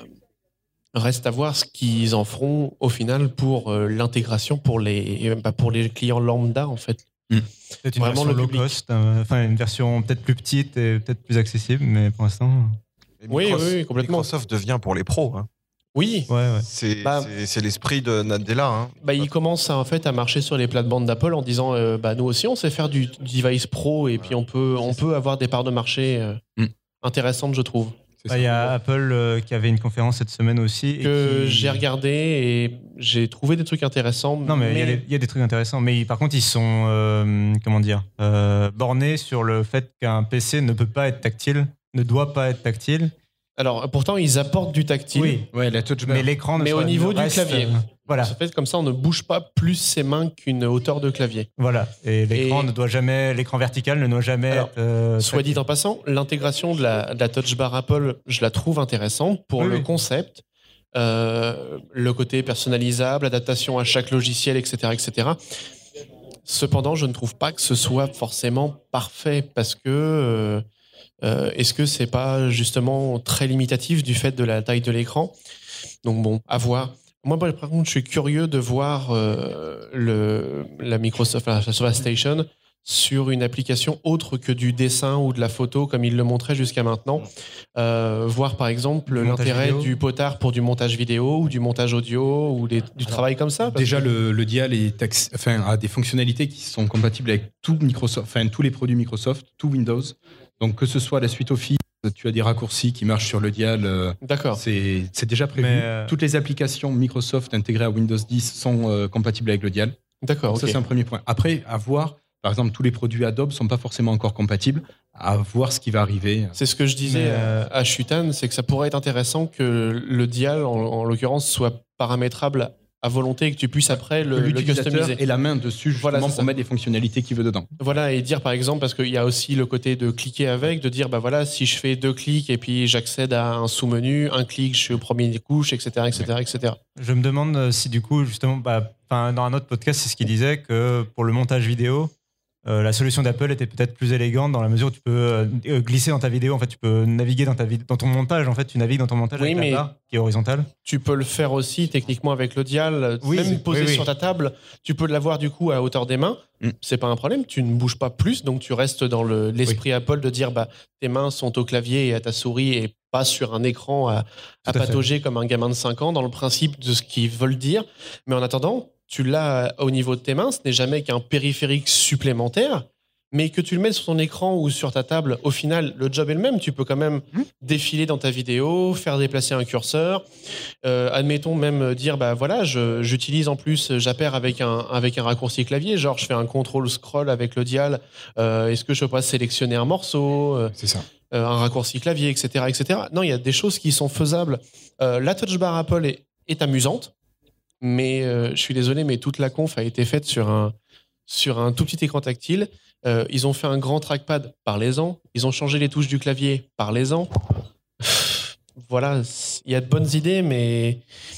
reste à voir ce qu'ils en feront au final pour euh, l'intégration pour les, bah, pour les clients lambda, en fait. Peut-être une Vraiment version le low public. cost, euh, enfin une version peut-être plus petite et peut-être plus accessible, mais pour l'instant. Et Oui, Microsoft- oui, oui, complètement. Microsoft devient pour les pros. Hein. Oui, Ouais, ouais. C'est Bah- c'est- c'est l'esprit de Nadella. Hein. bah, ils commencent à, en fait, à marcher sur les plates-bandes d'Apple en disant euh, bah, nous aussi, on sait faire du device pro et puis on peut, on peut avoir des parts de marché euh, Mm. intéressantes, je trouve. C'est Bah, ça. Il y a Apple euh, qui avait une conférence cette semaine aussi. et Que qui- j'ai regardé et j'ai trouvé des trucs intéressants. Non, mais il y a des- il y, a des trucs intéressants. Mais par contre, ils sont, euh, comment dire, euh, bornés sur le fait qu'un P C ne peut pas être tactile, ne doit pas être tactile. Alors, pourtant, ils apportent du tactile. Oui, Ouais, la touch mais l'écran ne Mais au soit- niveau ne du reste, clavier. euh, Voilà. En fait, comme ça, on ne bouge pas plus ses mains qu'une hauteur de clavier. Voilà. Et l'écran Et- ne doit jamais, l'écran vertical ne doit jamais Alors, être. euh, Soit dit tactile. en passant, l'intégration de la, de la touch bar Apple, je la trouve intéressante pour Oui, le oui. concept, euh, le côté personnalisable, adaptation à chaque logiciel, et cetera, et cetera. Cependant, je ne trouve pas que ce soit forcément parfait parce que euh, euh, est-ce que c'est pas justement très limitatif du fait de la taille de l'écran? Donc bon, à voir. Moi, par contre, je suis curieux de voir euh, le, la Microsoft, la Surface Station sur une application autre que du dessin ou de la photo comme il le montrait jusqu'à maintenant. Euh, voir par exemple Du montage l'intérêt vidéo. du potard pour du montage vidéo ou du montage audio ou des- du travail comme ça. parce Déjà, que- le, le Dial est acc- enfin, a des fonctionnalités qui sont compatibles avec tout Microsoft, enfin, tous les produits Microsoft, tout Windows. Donc, que ce soit la suite Office, tu as des raccourcis qui marchent sur le Dial. euh, D'accord. C'est c'est déjà prévu. Mais, euh, Toutes les applications Microsoft intégrées à Windows dix sont euh, compatibles avec le Dial. D'accord, Donc ok. ça, c'est un premier point. Après, à voir, par exemple, tous les produits Adobe ne sont pas forcément encore compatibles. À voir ce qui va arriver. C'est ce que je disais Mais, à- euh, à Chutan, c'est que ça pourrait être intéressant que le dial, en, en l'occurrence, soit paramétrable à volonté et que tu puisses après le, Que le l'utilisateur customiser. ait la main dessus justement Voilà, c'est pour ça. mettre les fonctionnalités qu'il veut dedans. Voilà, et dire par exemple, parce qu'il y a aussi le côté de cliquer avec, de dire, bah voilà, si je fais deux clics et puis j'accède à un sous-menu, un clic, je suis au premier couche, et cetera, et cetera, et cetera. Je me demande euh, si du coup, justement, bah, 'fin, dans un autre podcast, c'est ce qu'il disait que pour le montage vidéo, euh, la solution d'Apple était peut-être plus élégante dans la mesure où tu peux euh, glisser dans ta vidéo. En fait, tu peux naviguer dans ta vid- dans ton montage. En fait, tu navigues dans ton montage Oui, avec mais- la barre qui est horizontale. Tu peux le faire aussi techniquement avec le dial, Oui, même c'est- posé oui, oui. sur ta table. Tu peux l'avoir du coup à hauteur des mains. Mm. C'est pas un problème. Tu ne bouges pas plus, donc tu restes dans le- l'esprit Apple de dire bah tes mains sont au clavier et à ta souris et pas sur un écran à, à à fait. patauger comme un gamin de cinq ans dans le principe de ce qu'ils veulent dire. Mais en attendant, tu l'as au niveau de tes mains. Ce n'est jamais qu'un périphérique supplémentaire. Mais que tu le mettes sur ton écran ou sur ta table, au final, le job est le même. Tu peux quand même défiler dans ta vidéo, faire déplacer un curseur. Euh, admettons même dire, bah voilà, je- j'utilise en plus, j'appaire avec un, avec un raccourci clavier, genre je fais un contrôle scroll avec le dial. Euh, Est-ce que je peux pas sélectionner un morceau, euh, C'est ça. euh, un raccourci clavier, et cetera, et cetera. Non, il y a des choses qui sont faisables. Euh, la touch bar Apple est, est amusante, mais euh, je suis désolé, mais toute la conf a été faite sur un, sur un tout petit écran tactile. Euh, ils ont fait un grand trackpad, parlez-en. Ils ont changé les touches du clavier, parlez-en. Voilà, il y a de bonnes idées, mais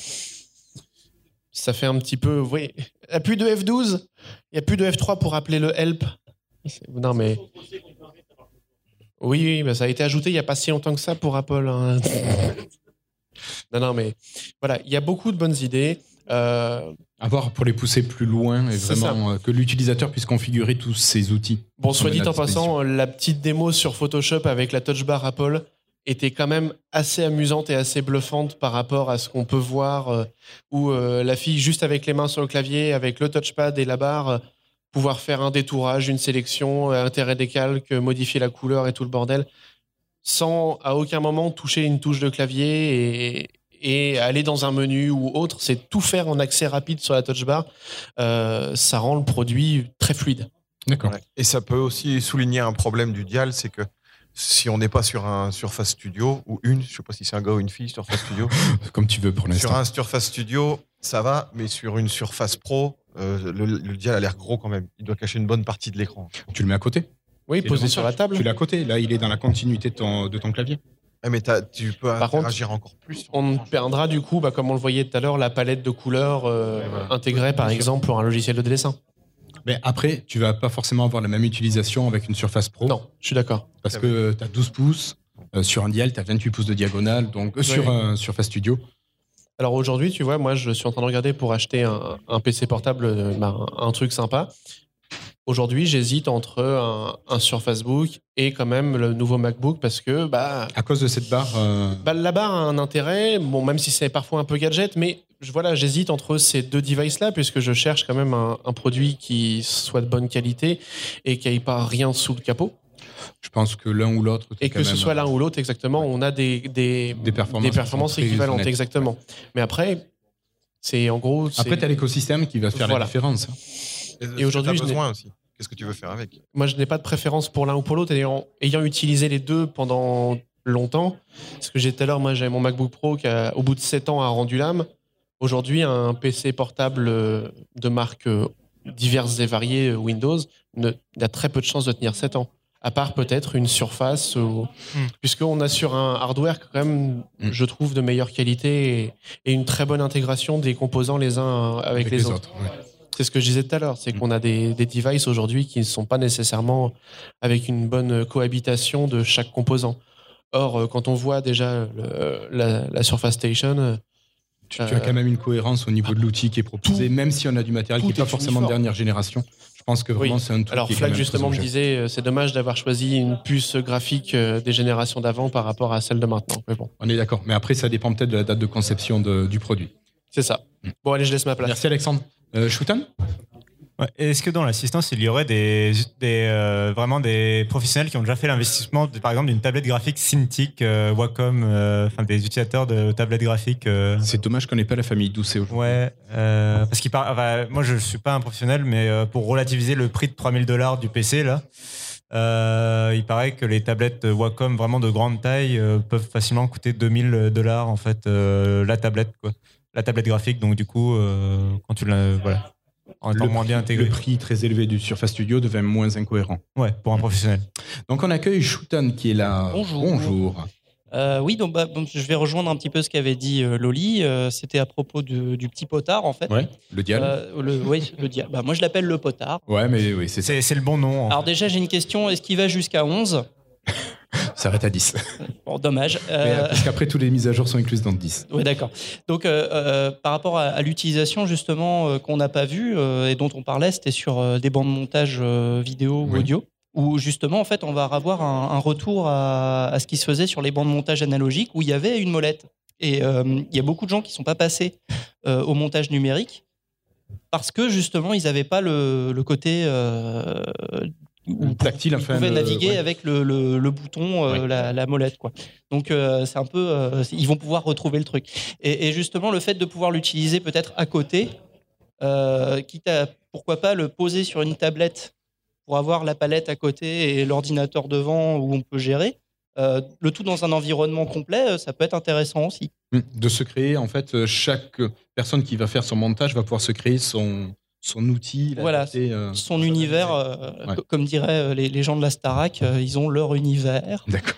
ça fait un petit peu. Vous voyez, il n'y a plus de F douze, il n'y a plus de F trois pour appeler le help. C'est- Non, mais. Oui, oui, bah, ça a été ajouté il n'y a pas si longtemps que ça pour Apple. hein. Non, non, mais voilà, il y a beaucoup de bonnes idées. Euh, À voir pour les pousser plus loin et C'est vraiment euh, que l'utilisateur puisse configurer tous ces outils. Bon, qui soit sont dit mis à en passant, la petite démo sur Photoshop avec la touch bar Apple était quand même assez amusante et assez bluffante par rapport à ce qu'on peut voir euh, où euh, la fille juste avec les mains sur le clavier, avec le touchpad et la barre, euh, pouvoir faire un détourage, une sélection, euh, intéresser des calques, euh, modifier la couleur et tout le bordel, sans à aucun moment toucher une touche de clavier et, et aller dans un menu ou autre. C'est tout faire en accès rapide sur la touch bar. Euh, ça rend le produit très fluide. D'accord. Ouais. Et ça peut aussi souligner un problème du dial, c'est que si on n'est pas sur un Surface Studio ou une, je sais pas si c'est un gars ou une fille, Surface Studio. Comme tu veux pour l'instant. Sur un Surface Studio, ça va, mais sur une Surface Pro, euh, le, le dial a l'air gros quand même. Il doit cacher une bonne partie de l'écran. Tu le mets à côté. Oui, Et posé le sur la montage, table. Tu l'as à côté. Là, il est dans la continuité de ton, de ton clavier. Ah, mais t'as- tu peux Par contre, interagir encore plus. On perdra du coup, bah, comme on le voyait tout à l'heure, la palette de couleurs euh, Ouais, voilà. intégrée par Bien sûr. exemple pour un logiciel de dessin. Mais après, tu vas pas forcément avoir la même utilisation avec une Surface Pro. Non, je suis d'accord. Parce que tu as douze pouces. euh, sur un dial, tu as vingt-huit pouces de diagonale. Donc, euh, sur Oui. un Surface Studio. Alors aujourd'hui, tu vois, moi je suis en train de regarder pour acheter un, un P C portable, euh, bah, un, un truc sympa. Aujourd'hui, j'hésite entre un, un Surface Book et quand même le nouveau MacBook parce que bah, À cause de cette barre. euh, bah, la barre a un intérêt, bon, même si c'est parfois un peu gadget, mais je- voilà, j'hésite entre ces deux devices-là puisque je cherche quand même un, un produit qui soit de bonne qualité et qui n'aille pas rien sous le capot. je pense que l'un ou l'autre. t'es Et quand que ce même, soit euh, l'un ou l'autre, exactement, on a des, des, Des performances qui sont très équivalentes, honnêtes. exactement. Mais après, c'est en gros. c'est- Après, tu as l'écosystème qui va faire Voilà. la différence. Et aujourd'hui, tu je as n'ai- besoin aussi. Qu'est-ce que tu veux faire avec? Moi, je n'ai pas de préférence pour l'un ou pour l'autre, ayant, ayant utilisé les deux pendant longtemps. Ce que j'ai dit tout à l'heure, moi, j'avais mon MacBook Pro qui, a, au bout de sept ans, a rendu l'âme. Aujourd'hui, un P C portable euh, de marques euh, diverses et variées, euh, Windows, ne, a très peu de chances de tenir sept ans. À part peut-être une Surface, ou... Mm. puisqu'on a sur un hardware quand même, Mm. je trouve, de meilleure qualité et, et une très bonne intégration des composants les uns avec, les, autres. ouais. C'est ce que je disais tout à l'heure, c'est Mm. qu'on a des, des devices aujourd'hui qui ne sont pas nécessairement avec une bonne cohabitation de chaque composant. Or, euh, quand on voit déjà le- la, la Surface Station, euh, Tu, tu as quand même une cohérence au niveau de l'outil qui est proposé, tout- même si on a du matériel tout qui n'est pas est forcément de uniforme. dernière génération. Je pense que vraiment Oui. c'est un truc Alors qui est quand Flag même justement me très disait euh, c'est dommage d'avoir choisi une puce graphique euh, des générations d'avant par rapport à celle de maintenant. Mais bon, On est d'accord. Mais après, ça dépend peut-être de la date de conception de- du produit. c'est ça. Bon allez, je laisse ma place. Merci Alexandre. Euh, Shoutan Ouais. Est-ce que dans l'assistance, il y aurait des, des, euh, vraiment des professionnels qui ont déjà fait l'investissement, de- par exemple, d'une tablette graphique Cintiq, euh, Wacom, euh, enfin des utilisateurs de tablettes graphiques euh... C'est dommage qu'on n'ait pas la famille Doucet aujourd'hui. Ouais, euh, parce qu'il par... enfin, moi je ne suis pas un professionnel, mais euh, pour relativiser le prix de trois mille dollars du P C, là, euh, il paraît que les tablettes Wacom vraiment de grande taille euh, peuvent facilement coûter deux mille dollars en fait, euh, la tablette, quoi. La tablette graphique, donc du coup, euh, quand tu l'as. Voilà. En étant Le moins prix- bien intégré. Le prix très élevé du Surface Studio devient moins incohérent. Ouais, pour un professionnel. Donc on accueille Shoutan qui est là. Bonjour. Bonjour. Euh, oui, donc bah, bon, je vais rejoindre un petit peu ce qu'avait dit euh, Loli. Euh, C'était à propos de- du petit potard, en fait. Ouais, le dial. Euh, le, oui, le dial. Bah, moi, je l'appelle le potard. Ouais, mais oui, c'est ça. C'est, c'est le bon nom. en Alors déjà, j'ai une question. Est-ce qu'il va jusqu'à onze? Ça s'arrête à dix. Bon, dommage. Mais, Euh, parce qu'après, toutes les mises à jour sont incluses dans le dix. Oui, d'accord. Donc, euh, euh, par rapport à, à l'utilisation justement euh, qu'on n'a pas vue euh, et dont on parlait, c'était sur euh, des bancs de montage euh, vidéo ou Oui. audio, où justement, en fait, on va avoir un, un retour à, à ce qui se faisait sur les bancs de montage analogiques, où il y avait une molette. Et euh, il y a beaucoup de gens qui ne sont pas passés euh, au montage numérique parce que justement, ils n'avaient pas le, le côté euh, où Tactile, ils enfin. pouvaient le- naviguer ouais. avec le, le- le bouton, euh, Ouais. la, la molette, quoi. Donc euh, c'est un peu, euh, c'est- ils vont pouvoir retrouver le truc. Et, et justement, le fait de pouvoir l'utiliser peut-être à côté, euh, quitte à pourquoi pas le poser sur une tablette pour avoir la palette à côté et l'ordinateur devant où on peut gérer. euh, le tout dans un environnement complet, euh, ça peut être intéressant aussi. De se créer, en fait, euh, chaque personne qui va faire son montage va pouvoir se créer son, son outil. Voilà, l'adapter, euh, Son univers, euh, Ouais. co- comme diraient euh, les, les gens de la Starac, euh, ils ont leur univers. D'accord.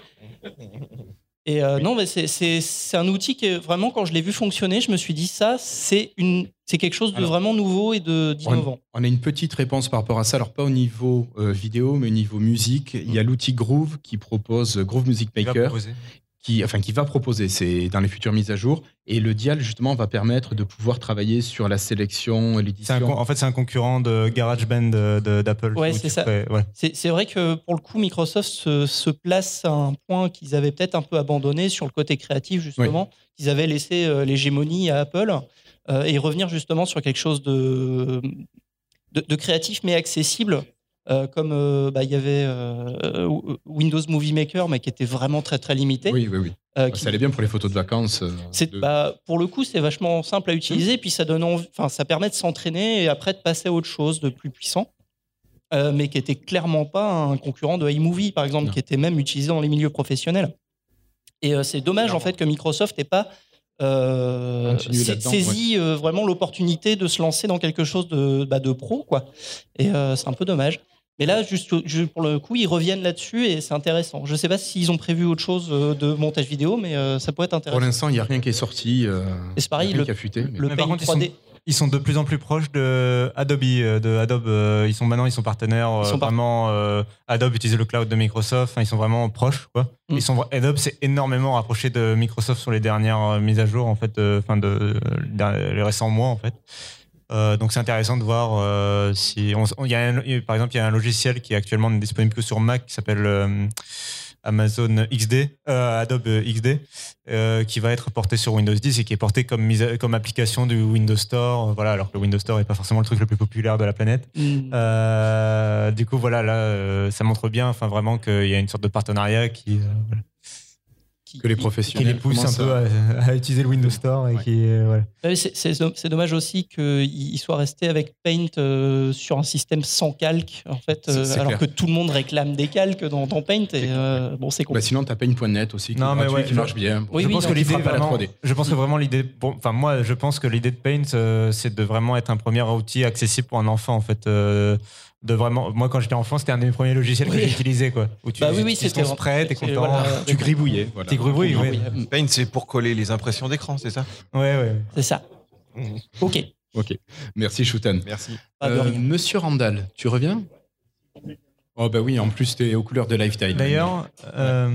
Et euh, non, mais c'est- c'est c'est un outil que vraiment, quand je l'ai vu fonctionner, je me suis dit ça, c'est une, c'est quelque chose de Alors, vraiment nouveau et de d'innovant. On a une petite réponse par rapport à ça. Alors, pas au niveau euh, vidéo, mais au niveau musique. Il y a l'outil Groove qui propose euh, Groove Music Il va Maker. proposer. Qui, enfin, qui va proposer, c'est dans les futures mises à jour. Et le dial, justement, va permettre de pouvoir travailler sur la sélection, C'est un l'édition. con- en fait, c'est un concurrent de GarageBand de- de- d'Apple. Ouais, où c'est tu ça. ferais- ouais. C'est c'est vrai que pour le coup, Microsoft se, se place à un point qu'ils avaient peut-être un peu abandonné sur le côté créatif, justement. Ils avaient laissé euh, l'hégémonie à Apple euh, et revenir justement sur quelque chose de, de, de créatif mais accessible. Euh, comme euh, bah, il y avait euh, Windows Movie Maker, mais qui était vraiment très très limité. Oui, oui, oui. Euh, Bah, qui- Ça allait bien pour les photos de vacances. euh, C'est, de- bah, pour le coup, c'est vachement simple à utiliser, puis ça donne envie- enfin, ça permet de s'entraîner et après de passer à autre chose de plus puissant, euh, mais qui était clairement pas un concurrent de iMovie, par exemple, Non. qui était même utilisé dans les milieux professionnels. Et euh, c'est dommage en fait que Microsoft n'ait pas euh, Continuer sa- là-dedans, saisi euh, vraiment l'opportunité de se lancer dans quelque chose de, bah, de pro, quoi. Et euh, c'est un peu dommage. Mais là, juste, ju- pour le coup, ils reviennent là-dessus et c'est intéressant. Je ne sais pas s'ils ont prévu autre chose euh, de montage vidéo, mais euh, ça pourrait être Pour intéressant. l'instant, il n'y a rien qui est sorti. euh, Et c'est pareil, rien le- qui a fuité, mais- Le Mais par Paint contre, ils trois D. sont, ils sont de plus en plus proches de Adobe. euh, De Adobe euh, ils sont maintenant, ils sont partenaires. euh, Ils sont par- vraiment, euh, Adobe utilise le cloud de Microsoft. Enfin, ils sont vraiment proches, quoi. Mm. Ils sont, Adobe s'est énormément rapproché de Microsoft sur les dernières euh, mises à jour, en fait, euh, enfin de, de- les récents mois, en fait. Euh, donc c'est intéressant de voir euh, si on, on- il y a un- par exemple il y a un logiciel qui est actuellement disponible que sur Mac qui s'appelle euh, Amazon X D, euh, Adobe X D, euh, qui va être porté sur Windows dix et qui est porté comme, mise à- comme application du Windows Store, euh, voilà, alors que le Windows Store n'est pas forcément le truc le plus populaire de la planète. Mm. Euh, du coup, voilà, là, euh, ça montre bien, enfin, vraiment qu'il y a une sorte de partenariat qui, euh, voilà, Qui- que les qui- qui professionnels les pousse un commencent peu à- à, à utiliser le Windows Store et Ouais. qui, euh, voilà. Ouais, C'est c'est- c'est dommage aussi qu'il soit resté avec Paint euh, sur un système sans calque, en fait, euh, C'est- c'est alors clair. que tout le monde réclame des calques dans, dans Paint. Et, euh, bon, c'est Bah, compliqué. sinon, tu as Paint point net aussi, qui, Non, est mais gratuit, ouais, qui je- marche bien. Oui, je oui, pense non, que qui l'idée fera pas la vraiment- trois D. je pense que vraiment l'idée bon, enfin moi je pense que l'idée de Paint euh, c'est de vraiment être un premier outil accessible pour un enfant en fait euh, de vraiment moi quand j'étais enfant c'était un des premiers logiciels Oui. que j'ai utilisé quoi où tu Bah oui, oui, utilises c'était ton spray t'es c'est- content voilà, Tu gribouillais. Voilà. tu gribouilles ouais. Oui, Paint, c'est pour coller les impressions d'écran, c'est ça ouais ouais c'est ça. Ok. Ok. Merci, Shoutan. Merci. Pas de Euh, rien. Monsieur Randall, tu reviens Oh, bah oui, en plus, tu es aux couleurs de Lifetime. d'ailleurs euh,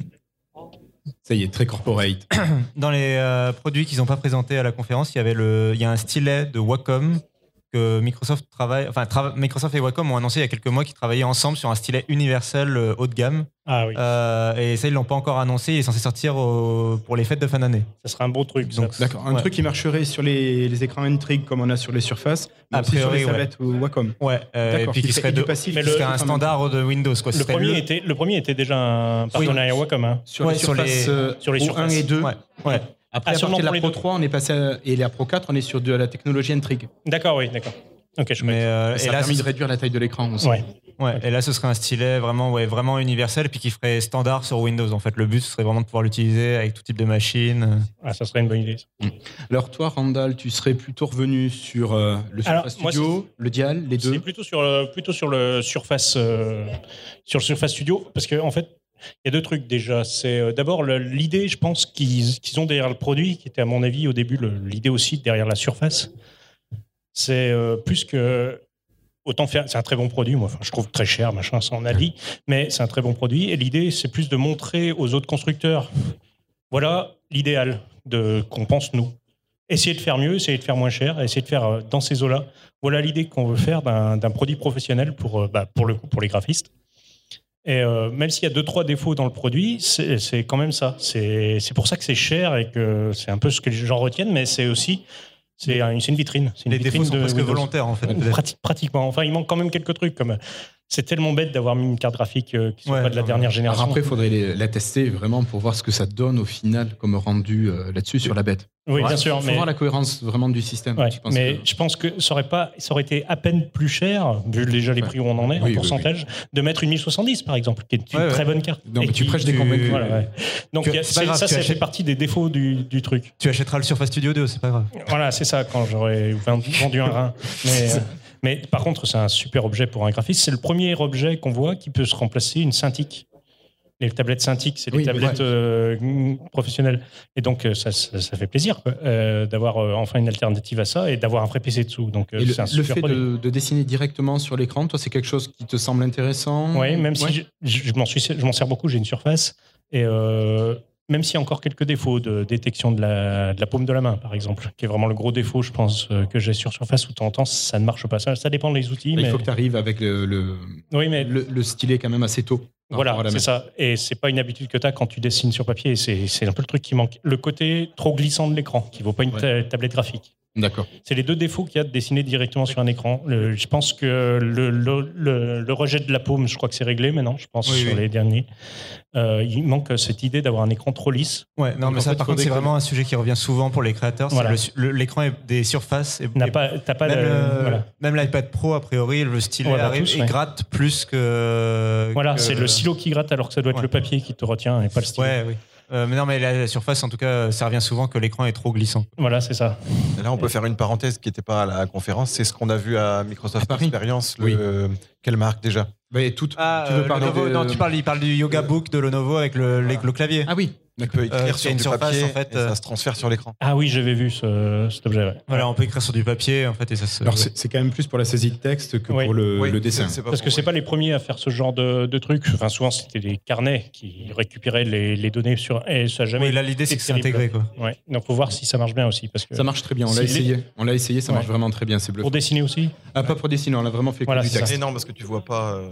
Ça y est, très corporate. dans les euh, produits qu'ils n'ont pas présentés à la conférence il y avait le il y a un stylet de Wacom que Microsoft travaille, enfin trava- Microsoft et Wacom ont annoncé il y a quelques mois qu'ils travaillaient ensemble sur un stylet universel euh, haut de gamme. Ah oui. Euh, et ça ils l'ont pas encore annoncé. Il est censé sortir au- pour les fêtes de fin d'année. Ça serait un beau truc. Donc, ça. D'accord. Un Ouais. truc qui marcherait sur les, les écrans Intrigue comme on a sur les Surface, mais A aussi sur priori, les ouais. tablettes ou Wacom. Ouais. euh, et D'accord, puis qui qui fait serait, du de, passif, qui mais le- serait un enfin, standard de Windows. Quoi. Ce Le serait premier, était, le premier était déjà un partenariat Wacom. Hein. Sur Ouais, les sur Surface les- euh, sur les Pro Surface. un et deux. Ouais. Ouais. Après, Ah, à seulement partir de pour la les Pro deux. trois, on est passé à, et la Pro quatre, on est sur de la technologie Intrigue. D'accord, oui, d'accord. Ok, je Mais euh, Et et ça a là, permis ce- de réduire la taille de l'écran aussi. Ouais. Ouais, et là, ce serait un stylet vraiment, ouais, vraiment universel, puis qui ferait standard sur Windows. En fait, le but ce serait vraiment de pouvoir l'utiliser avec tout type de machine. Ah, ça serait une bonne idée. ça. Alors toi, Randall, tu serais plutôt revenu sur euh, le Alors, Surface moi, Studio, le Dial, les C'est deux. plutôt sur le, plutôt sur le Surface, euh, sur le Surface Studio, parce qu'en en fait, il y a deux trucs déjà. C'est euh, d'abord le- l'idée, je pense, qu'ils qu'ils ont derrière le produit, qui était à mon avis au début le- l'idée aussi derrière la Surface. C'est euh, plus que autant faire. C'est un très bon produit, moi. Enfin, je trouve très cher, machin, ça on a dit, mais c'est un très bon produit. Et l'idée, c'est plus de montrer aux autres constructeurs, voilà l'idéal de qu'on pense nous. Essayer de faire mieux, essayer de faire moins cher, essayer de faire euh, dans ces eaux-là. Voilà l'idée qu'on veut faire d'un d'un produit professionnel pour, euh, bah, pour le coup, pour les graphistes. Et euh, même s'il y a deux, trois défauts dans le produit, c'est c'est quand même ça. C'est c'est pour ça que c'est cher et que c'est un peu ce que les gens retiennent, mais c'est aussi c'est un- c'est une vitrine. C'est une Les vitrine défauts sont de presque Windows. volontaires, en fait. peut-être. Prati- pratiquement. Enfin, il manque quand même quelques trucs comme c'est tellement bête d'avoir mis une carte graphique euh, qui soit Ouais, pas de la non, dernière Alors génération. après, il faudrait les- la tester vraiment pour voir ce que ça donne au final comme rendu euh, là-dessus sur la bête. Oui, Ouais, bien sûr, faut mais voir la cohérence vraiment du système. ouais, Je pense mais que- je pense que ça aurait pas, ça aurait été à peine plus cher, vu déjà les Ouais. prix où on en est Oui, en oui, pourcentage, de mettre une mille soixante-dix par exemple, qui est une Ouais, ouais. très bonne carte. Non, Et mais tu qui- prêches des tu- convaincus. Voilà, ouais. Donc Tu- il y a- c'est pas c'est- grave, ça, tu ça fait achètes- partie des défauts du, du truc. Tu achèteras le Surface Studio deux, c'est pas grave. Voilà, c'est ça, quand j'aurais vendu vendu un rein. Mais, euh, mais par contre, c'est un super objet pour un graphiste. C'est le premier objet qu'on voit qui peut se remplacer une Cintiq. Les tablettes Cintiq, c'est les Oui, tablettes ouais. euh, professionnelles. Et donc, euh, ça, ça, ça fait plaisir quoi, euh, d'avoir euh, enfin une alternative à ça et d'avoir un vrai P C dessous. Donc, euh, Et le, c'est un le super fait produit. de, de dessiner directement sur l'écran, toi, c'est quelque chose qui te semble intéressant. Oui, même si Ouais. je, je- je m'en suis, je m'en sers beaucoup, j'ai une Surface. Et euh, même s'il y a encore quelques défauts de détection de la, de la paume de la main, par exemple, qui est vraiment le gros défaut, je pense, euh, que j'ai sur Surface, où de temps en temps, ça ne marche pas. Ça, ça dépend des outils. Là, mais... il faut que tu arrives avec le, le, Oui, mais le, le stylet quand même assez tôt. par voilà, rapport à la c'est main. ça. Et c'est pas une habitude que tu as quand tu dessines sur papier. et C'est c'est un peu le truc qui manque. Le côté trop glissant de l'écran, qui vaut pas une Ouais. ta- tablette graphique. D'accord. C'est les deux défauts qu'il y a de dessiner directement sur un écran. Le- je pense que le, le, le- le rejet de la paume, je crois que c'est réglé maintenant, je pense, Oui, sur oui. les derniers. Euh, il manque cette idée d'avoir un écran trop lisse. Ouais, non, Donc, mais en ça, fait, par faut contre, c'est décoller. vraiment un sujet qui revient souvent pour les créateurs. c'est Voilà. le su- le- L'écran est des surfaces. Et, N'a et pas, t'as pas même, de- le- voilà. même l'iPad Pro, a priori, le stylet Ouais, bah, arrive tous, et ouais. gratte plus que. Voilà, que- c'est le stylo qui gratte alors que ça doit être Ouais. le papier qui te retient et pas le stylo. Ouais, oui. Euh, mais non, mais la, la surface, en tout cas, ça revient souvent que l'écran est trop glissant. Voilà, c'est ça. Et là, on peut faire une parenthèse qui n'était pas à la conférence. C'est ce qu'on a vu à Microsoft À Paris. Experience. Oui. Le... Quelle marque déjà Bah, et tout, Ah, tu veux euh, parler Lenovo, de- non, tu parles, il parle du Yoga Book de Lenovo avec le, le- le clavier. Ah oui. Tu peux écrire Euh, sur c'est une du surface, papier en fait, et euh, ça se transfère sur l'écran. Ah oui, j'avais vu ce, cet objet. Ouais. Voilà, on peut écrire sur du papier, en fait, et ça se. Alors, c'est c'est quand même plus pour la saisie de texte que Oui. pour le, Oui, le dessin. c'est- c'est pas Parce que pour- c'est pas les premiers à faire ce genre de, de trucs. Enfin, souvent, c'était des carnets qui récupéraient les, les données sur. Et ça a jamais. Oui, là, l'idée, c'est que c'est terrible. intégré, quoi. Ouais. Donc, faut voir si ça marche bien aussi, parce que Ça marche très bien, on l'a C'est essayé. On l'a essayé, ça Ouais. marche vraiment très bien, c'est bluffant. pour dessiner aussi. Ah, pas pour dessiner, on l'a vraiment fait que Voilà, du c'est texte. C'est énorme parce que tu vois pas, euh,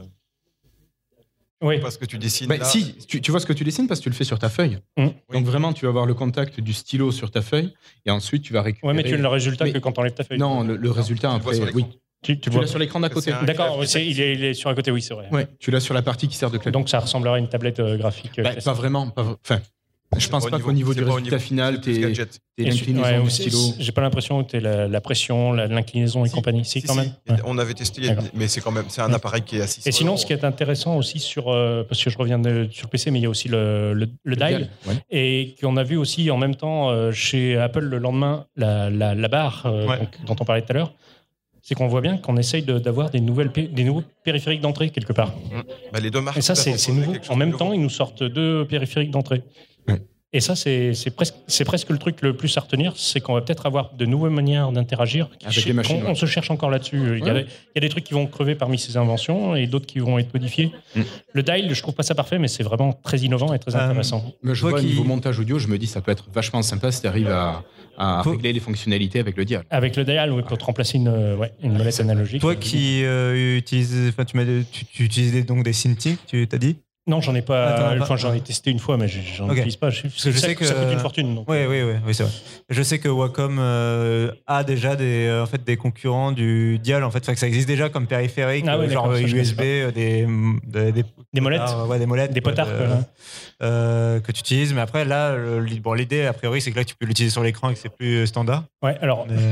Oui. pas ce que tu dessines. Bah, là. si, tu, tu vois ce que tu dessines parce que tu le fais sur ta feuille. Mmh. Donc Oui. vraiment, tu vas avoir le contact du stylo sur ta feuille et ensuite tu vas récupérer. Ouais, mais tu as le résultat Mais- que quand tu enlèves ta feuille. Non, le, le résultat tu le vois après, sur l'écran. oui. tu, tu Tu vois. l'as sur l'écran d'à côté. C'est un- D'accord, ouais, c'est- il, est, il est sur un côté, oui, c'est vrai. Ouais, tu l'as sur la partie qui sert de clavier. Donc, ça ressemblerait à une tablette euh, graphique. euh, Bah, classique. pas vraiment. Pas... v- Enfin, je C'est pense pas au pas niveau- qu'au niveau c'est du pas au résultat niveau- final, c'est plus t'es gadget. t'es Et su- l'inclinaison ouais, du aussi, stylo. J'ai pas l'impression que tu la, la pression, la- l'inclinaison et Si, compagnie. Si, Si, quand si. même. Et Ouais. On avait testé, D'accord. mais c'est quand même c'est un Ouais. appareil qui est assis. Et sinon, ce qui est intéressant aussi sur, euh, parce que je reviens de- sur le P C, mais il y a aussi le, le, le dial, Ouais. et qu'on a vu aussi en même temps euh, chez Apple le lendemain, la, la, la barre euh, Ouais. donc, dont on parlait tout à l'heure, c'est qu'on voit bien qu'on essaye de- d'avoir des, nouvelles pé- des nouveaux périphériques d'entrée quelque part. Bah, les deux marques. Et ça, ont c'est proposé c'est nouveau. quelque chose En de même nouveau. temps, ils nous sortent deux périphériques d'entrée. Ouais. Et ça, c'est c'est presque, c'est presque le truc le plus à retenir, c'est qu'on va peut-être avoir de nouvelles manières d'interagir. Avec les machines, On, ouais. on se cherche encore là-dessus. Il y, a, Ouais. il y a des trucs qui vont crever parmi ces inventions et d'autres qui vont être modifiés. Mm. Le dial, je trouve pas ça parfait, mais c'est vraiment très innovant et très Euh, intéressant. Mais je Toi vois, qui- niveau montage audio, je me dis ça peut être vachement sympa si tu arrives à, à Toi- régler les fonctionnalités avec le dial. Avec le dial, oui, pour te remplacer une, euh, ouais, une molette analogique. Toi qui euh, utilises, enfin tu, m'as- tu, tu utilisais donc des Cintiq, tu t'as dit? Non, j'en ai pas. Attends, Enfin, pas- j'en ai testé une fois, mais je- j'en Ok. utilise pas. Je, Parce que je ça, sais que ça coûte une fortune. Donc. Oui, oui, oui, oui, c'est vrai. Je sais que Wacom euh, a déjà des, euh, en fait, des concurrents du dial, en fait, Enfin, que ça existe déjà comme périphérique, Ah ouais, euh, genre d'accord, ça, je U S B, connais euh, des, des, des, Des molettes, ah, ouais, des molettes, des potards. euh, quoi. euh, que tu utilises. Mais après, là, le- bon, l'idée, a priori, c'est que là, tu peux l'utiliser sur l'écran et que c'est plus standard. Ouais, alors, Mais...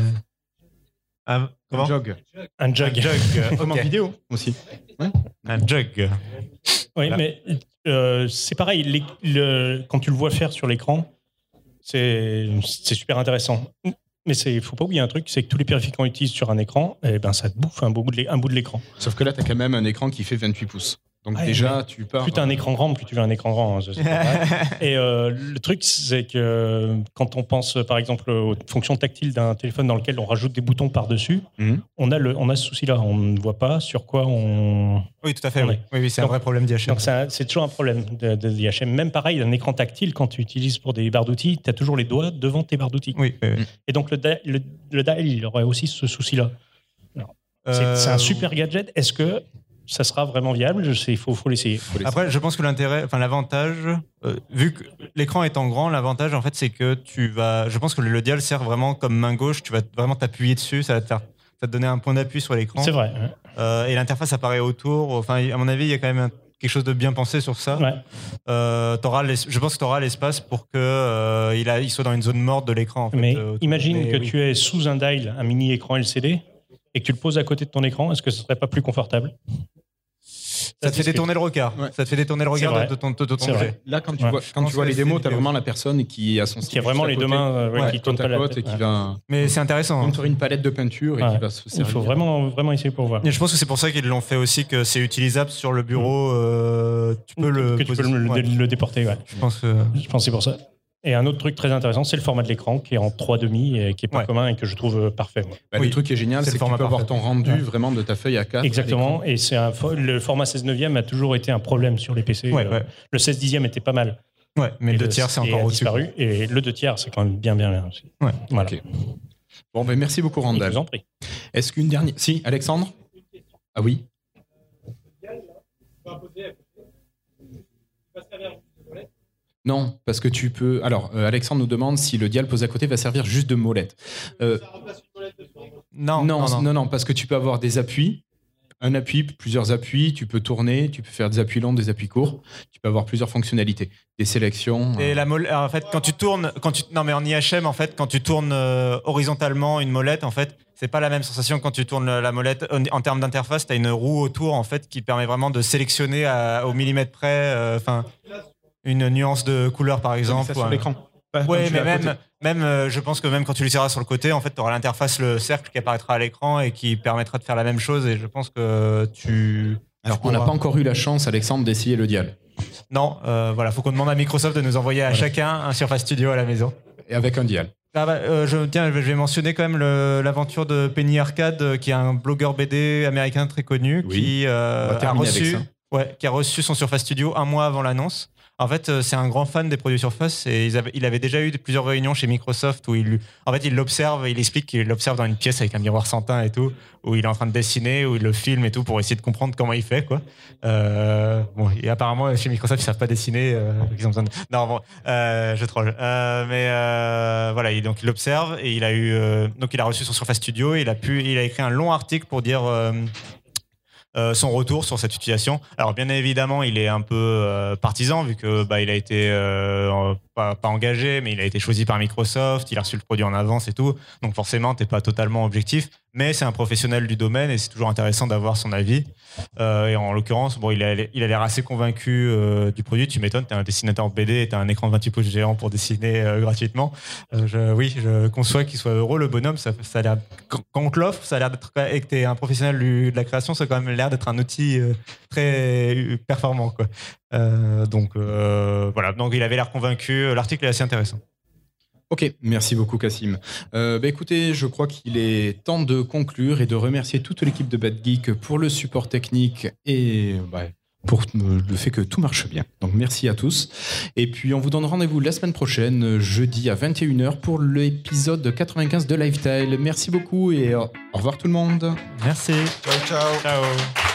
Ah, comment Un jog. un jug. Un jug, Comme en ok. vidéo aussi. Un jug. Oui, Voilà. mais euh, c'est pareil. les- le- quand tu le vois faire sur l'écran, c'est c'est super intéressant. Mais il faut pas oublier un truc, c'est que tous les périphériques qu'on utilise sur un écran, eh ben, ça te bouffe un bout de l'é- un bout de l'écran. Sauf que là, tu as quand même un écran qui fait vingt-huit pouces. Donc Ouais, déjà, tu pars. Plus tu as un écran grand, plus tu veux un écran grand. hein, c'est pas pareil. Et euh, le truc, c'est que quand on pense, par exemple, aux fonctions tactiles d'un téléphone dans lequel on rajoute des boutons par-dessus, Mhm. on, a le, on a ce souci-là. On ne voit pas sur quoi on... Oui, tout à fait. On Oui, est. oui, oui c'est un Donc- vrai problème d'I H M. Donc c'est un- c'est toujours un problème de, de d'I H M. Même pareil, un écran tactile, quand tu utilises pour des barres d'outils, tu as toujours les doigts devant tes barres d'outils. Oui, oui, oui. Et donc le, da- le, le dial, il aurait aussi ce souci-là. Alors, C'est Euh, c'est un super gadget. Est-ce que ça sera vraiment viable? Je sais, il faut, faut l'essayer. Faut l'essayer. Après, je pense que l'intérêt, enfin l'avantage, euh, vu que l'écran étant grand, l'avantage en fait, c'est que tu vas. Je pense que le dial sert vraiment comme main gauche. Tu vas vraiment t'appuyer dessus, ça va te faire, ça va te donner un point d'appui sur l'écran. C'est vrai. hein. Euh, et l'interface apparaît autour. Enfin, à mon avis, il y a quand même un- quelque chose de bien pensé sur ça. Ouais. Euh, t'auras l'es- je pense que tu auras l'espace pour que euh, il, a, il soit dans une zone morte de l'écran. en fait, Mais euh, autour. imagine Mais que oui. tu es sous un dial, un mini écran L C D, et que tu le poses à côté de ton écran. Est-ce que ce serait pas plus confortable? Ça te fait détourner le regard. Ouais. Ça te fait détourner le C'est regard vrai. de, de ton, de ton C'est objet. vrai. Là, quand tu Ouais. vois, quand pense tu vois que les c'est démos, tu as vidéo. vraiment la personne qui a son Qui a vraiment les deux mains euh, ouais, Ouais, qui qui tournent pas la côte et tête. qui ouais. va Mais c'est intéressant. hein. entourer une palette de peinture et Ouais. qui va se Il servir. faut vraiment, vraiment essayer pour voir. Et je pense que c'est pour ça qu'ils l'ont fait aussi, que c'est utilisable sur le bureau. euh, tu peux le. que tu peux le, le- ouais. le déporter. Ouais. Je pense que. Je pense que c'est pour ça. Et un autre truc très intéressant, c'est le format de l'écran qui est en trois demi et qui est pas Ouais. commun et que je trouve euh, parfait. moi. Bah, Oui. Le truc qui est génial, C'est c'est le que tu format peux avoir parfait. ton rendu Ouais. vraiment de ta feuille A quatre. Exactement. Et c'est un fo- le format seize neuvième a toujours été un problème sur les P C. Ouais, Euh, ouais. Le seize dixième était pas mal. Ouais, mais Et le deux tiers, c'est et encore a au-dessus. disparu. Et le deux tiers, c'est quand même bien, bien, bien aussi. Ouais. Voilà. Ok. Bon, ben merci beaucoup, Et je Randall. vous en prie. Est-ce qu'une dernière. Si, Alexandre? Ah oui. Non, parce que tu peux. Alors, euh, Alexandre nous demande si le dial posé à côté va servir juste de molette. Euh, Non, non, non, non. non, non, parce que tu peux avoir des appuis, un appui, plusieurs appuis, tu peux tourner, tu peux faire des appuis longs, des appuis courts, tu peux avoir plusieurs fonctionnalités, des sélections. Et euh, la molette, en fait, quand tu tournes, quand tu, non mais en I H M, en fait, quand tu tournes euh, horizontalement une molette, en fait, c'est pas la même sensation que quand tu tournes la molette. En, en termes d'interface, tu as une roue autour, en fait, qui permet vraiment de sélectionner à- au millimètre près, enfin, une nuance de couleur, par exemple. ça sur ou un- l'écran. Pas comme Ouais, tu mais l'as à même, côté. même euh, je pense que même quand tu l'utiliseras sur le côté, en fait, tu auras l'interface, le cercle qui apparaîtra à l'écran et qui permettra de faire la même chose. Et je pense que tu. Alors, tu on n'a pourras- pas encore eu la chance, Alexandre, d'essayer le dial. Non, euh, voilà, faut qu'on demande à Microsoft de nous envoyer à Voilà. chacun un Surface Studio à la maison. Et avec un dial. Ah bah, euh, je, tiens, je vais mentionner quand même le- l'aventure de Penny Arcade, euh, qui est un blogueur B D américain très connu, Oui. qui, euh, On va a terminer avec reçu, ça. ouais, qui a reçu son Surface Studio un mois avant l'annonce. En fait, euh, c'est un grand fan des produits Surface et ils avaient- il avait déjà eu plusieurs réunions chez Microsoft où il, lui- en fait, il l'observe, il explique qu'il l'observe dans une pièce avec un miroir sans teint et tout, où il est en train de dessiner, où il le filme et tout pour essayer de comprendre comment il fait, quoi. Euh, bon, et apparemment, chez Microsoft, ils savent pas dessiner. euh, ils ont besoin de... Non, bon, euh, je troll. Euh, mais euh, voilà, il- donc il l'observe et il a eu, euh, donc il a reçu son Surface Studio. Et il a pu, il a écrit un long article pour dire. euh, Euh, son retour sur cette utilisation. Alors bien évidemment, il est un peu euh, partisan vu que bah, il a été euh, pas, pas engagé, mais il a été choisi par Microsoft, il a reçu le produit en avance et tout. Donc forcément, t'es pas totalement objectif, mais c'est un professionnel du domaine et c'est toujours intéressant d'avoir son avis. Euh, et en l'occurrence, bon, il a, il a l'air assez convaincu euh, du produit. Tu m'étonnes, t'es un dessinateur B D et t'as un écran de vingt-huit pouces géant pour dessiner euh, gratuitement. Euh, je, oui, je conçois qu'il soit heureux, le bonhomme. Ça, ça a l'air, quand on te l'offre, ça a l'air d'être, et que t'es un professionnel du- de la création, ça a quand même l'air d'être un outil euh, très performant, quoi. Euh, donc euh, voilà, donc il avait l'air convaincu. L'article est assez intéressant. Ok, merci beaucoup Cassim. Euh, bah écoutez, je crois qu'il est temps de conclure et de remercier toute l'équipe de Bad Geek pour le support technique et bah, pour le fait que tout marche bien. Donc merci à tous. Et puis on vous donne rendez-vous la semaine prochaine, jeudi à vingt et une heures pour l'épisode quatre-vingt-quinze de Lifestyle. Merci beaucoup et au revoir tout le monde. Merci. Ciao, ciao. Ciao.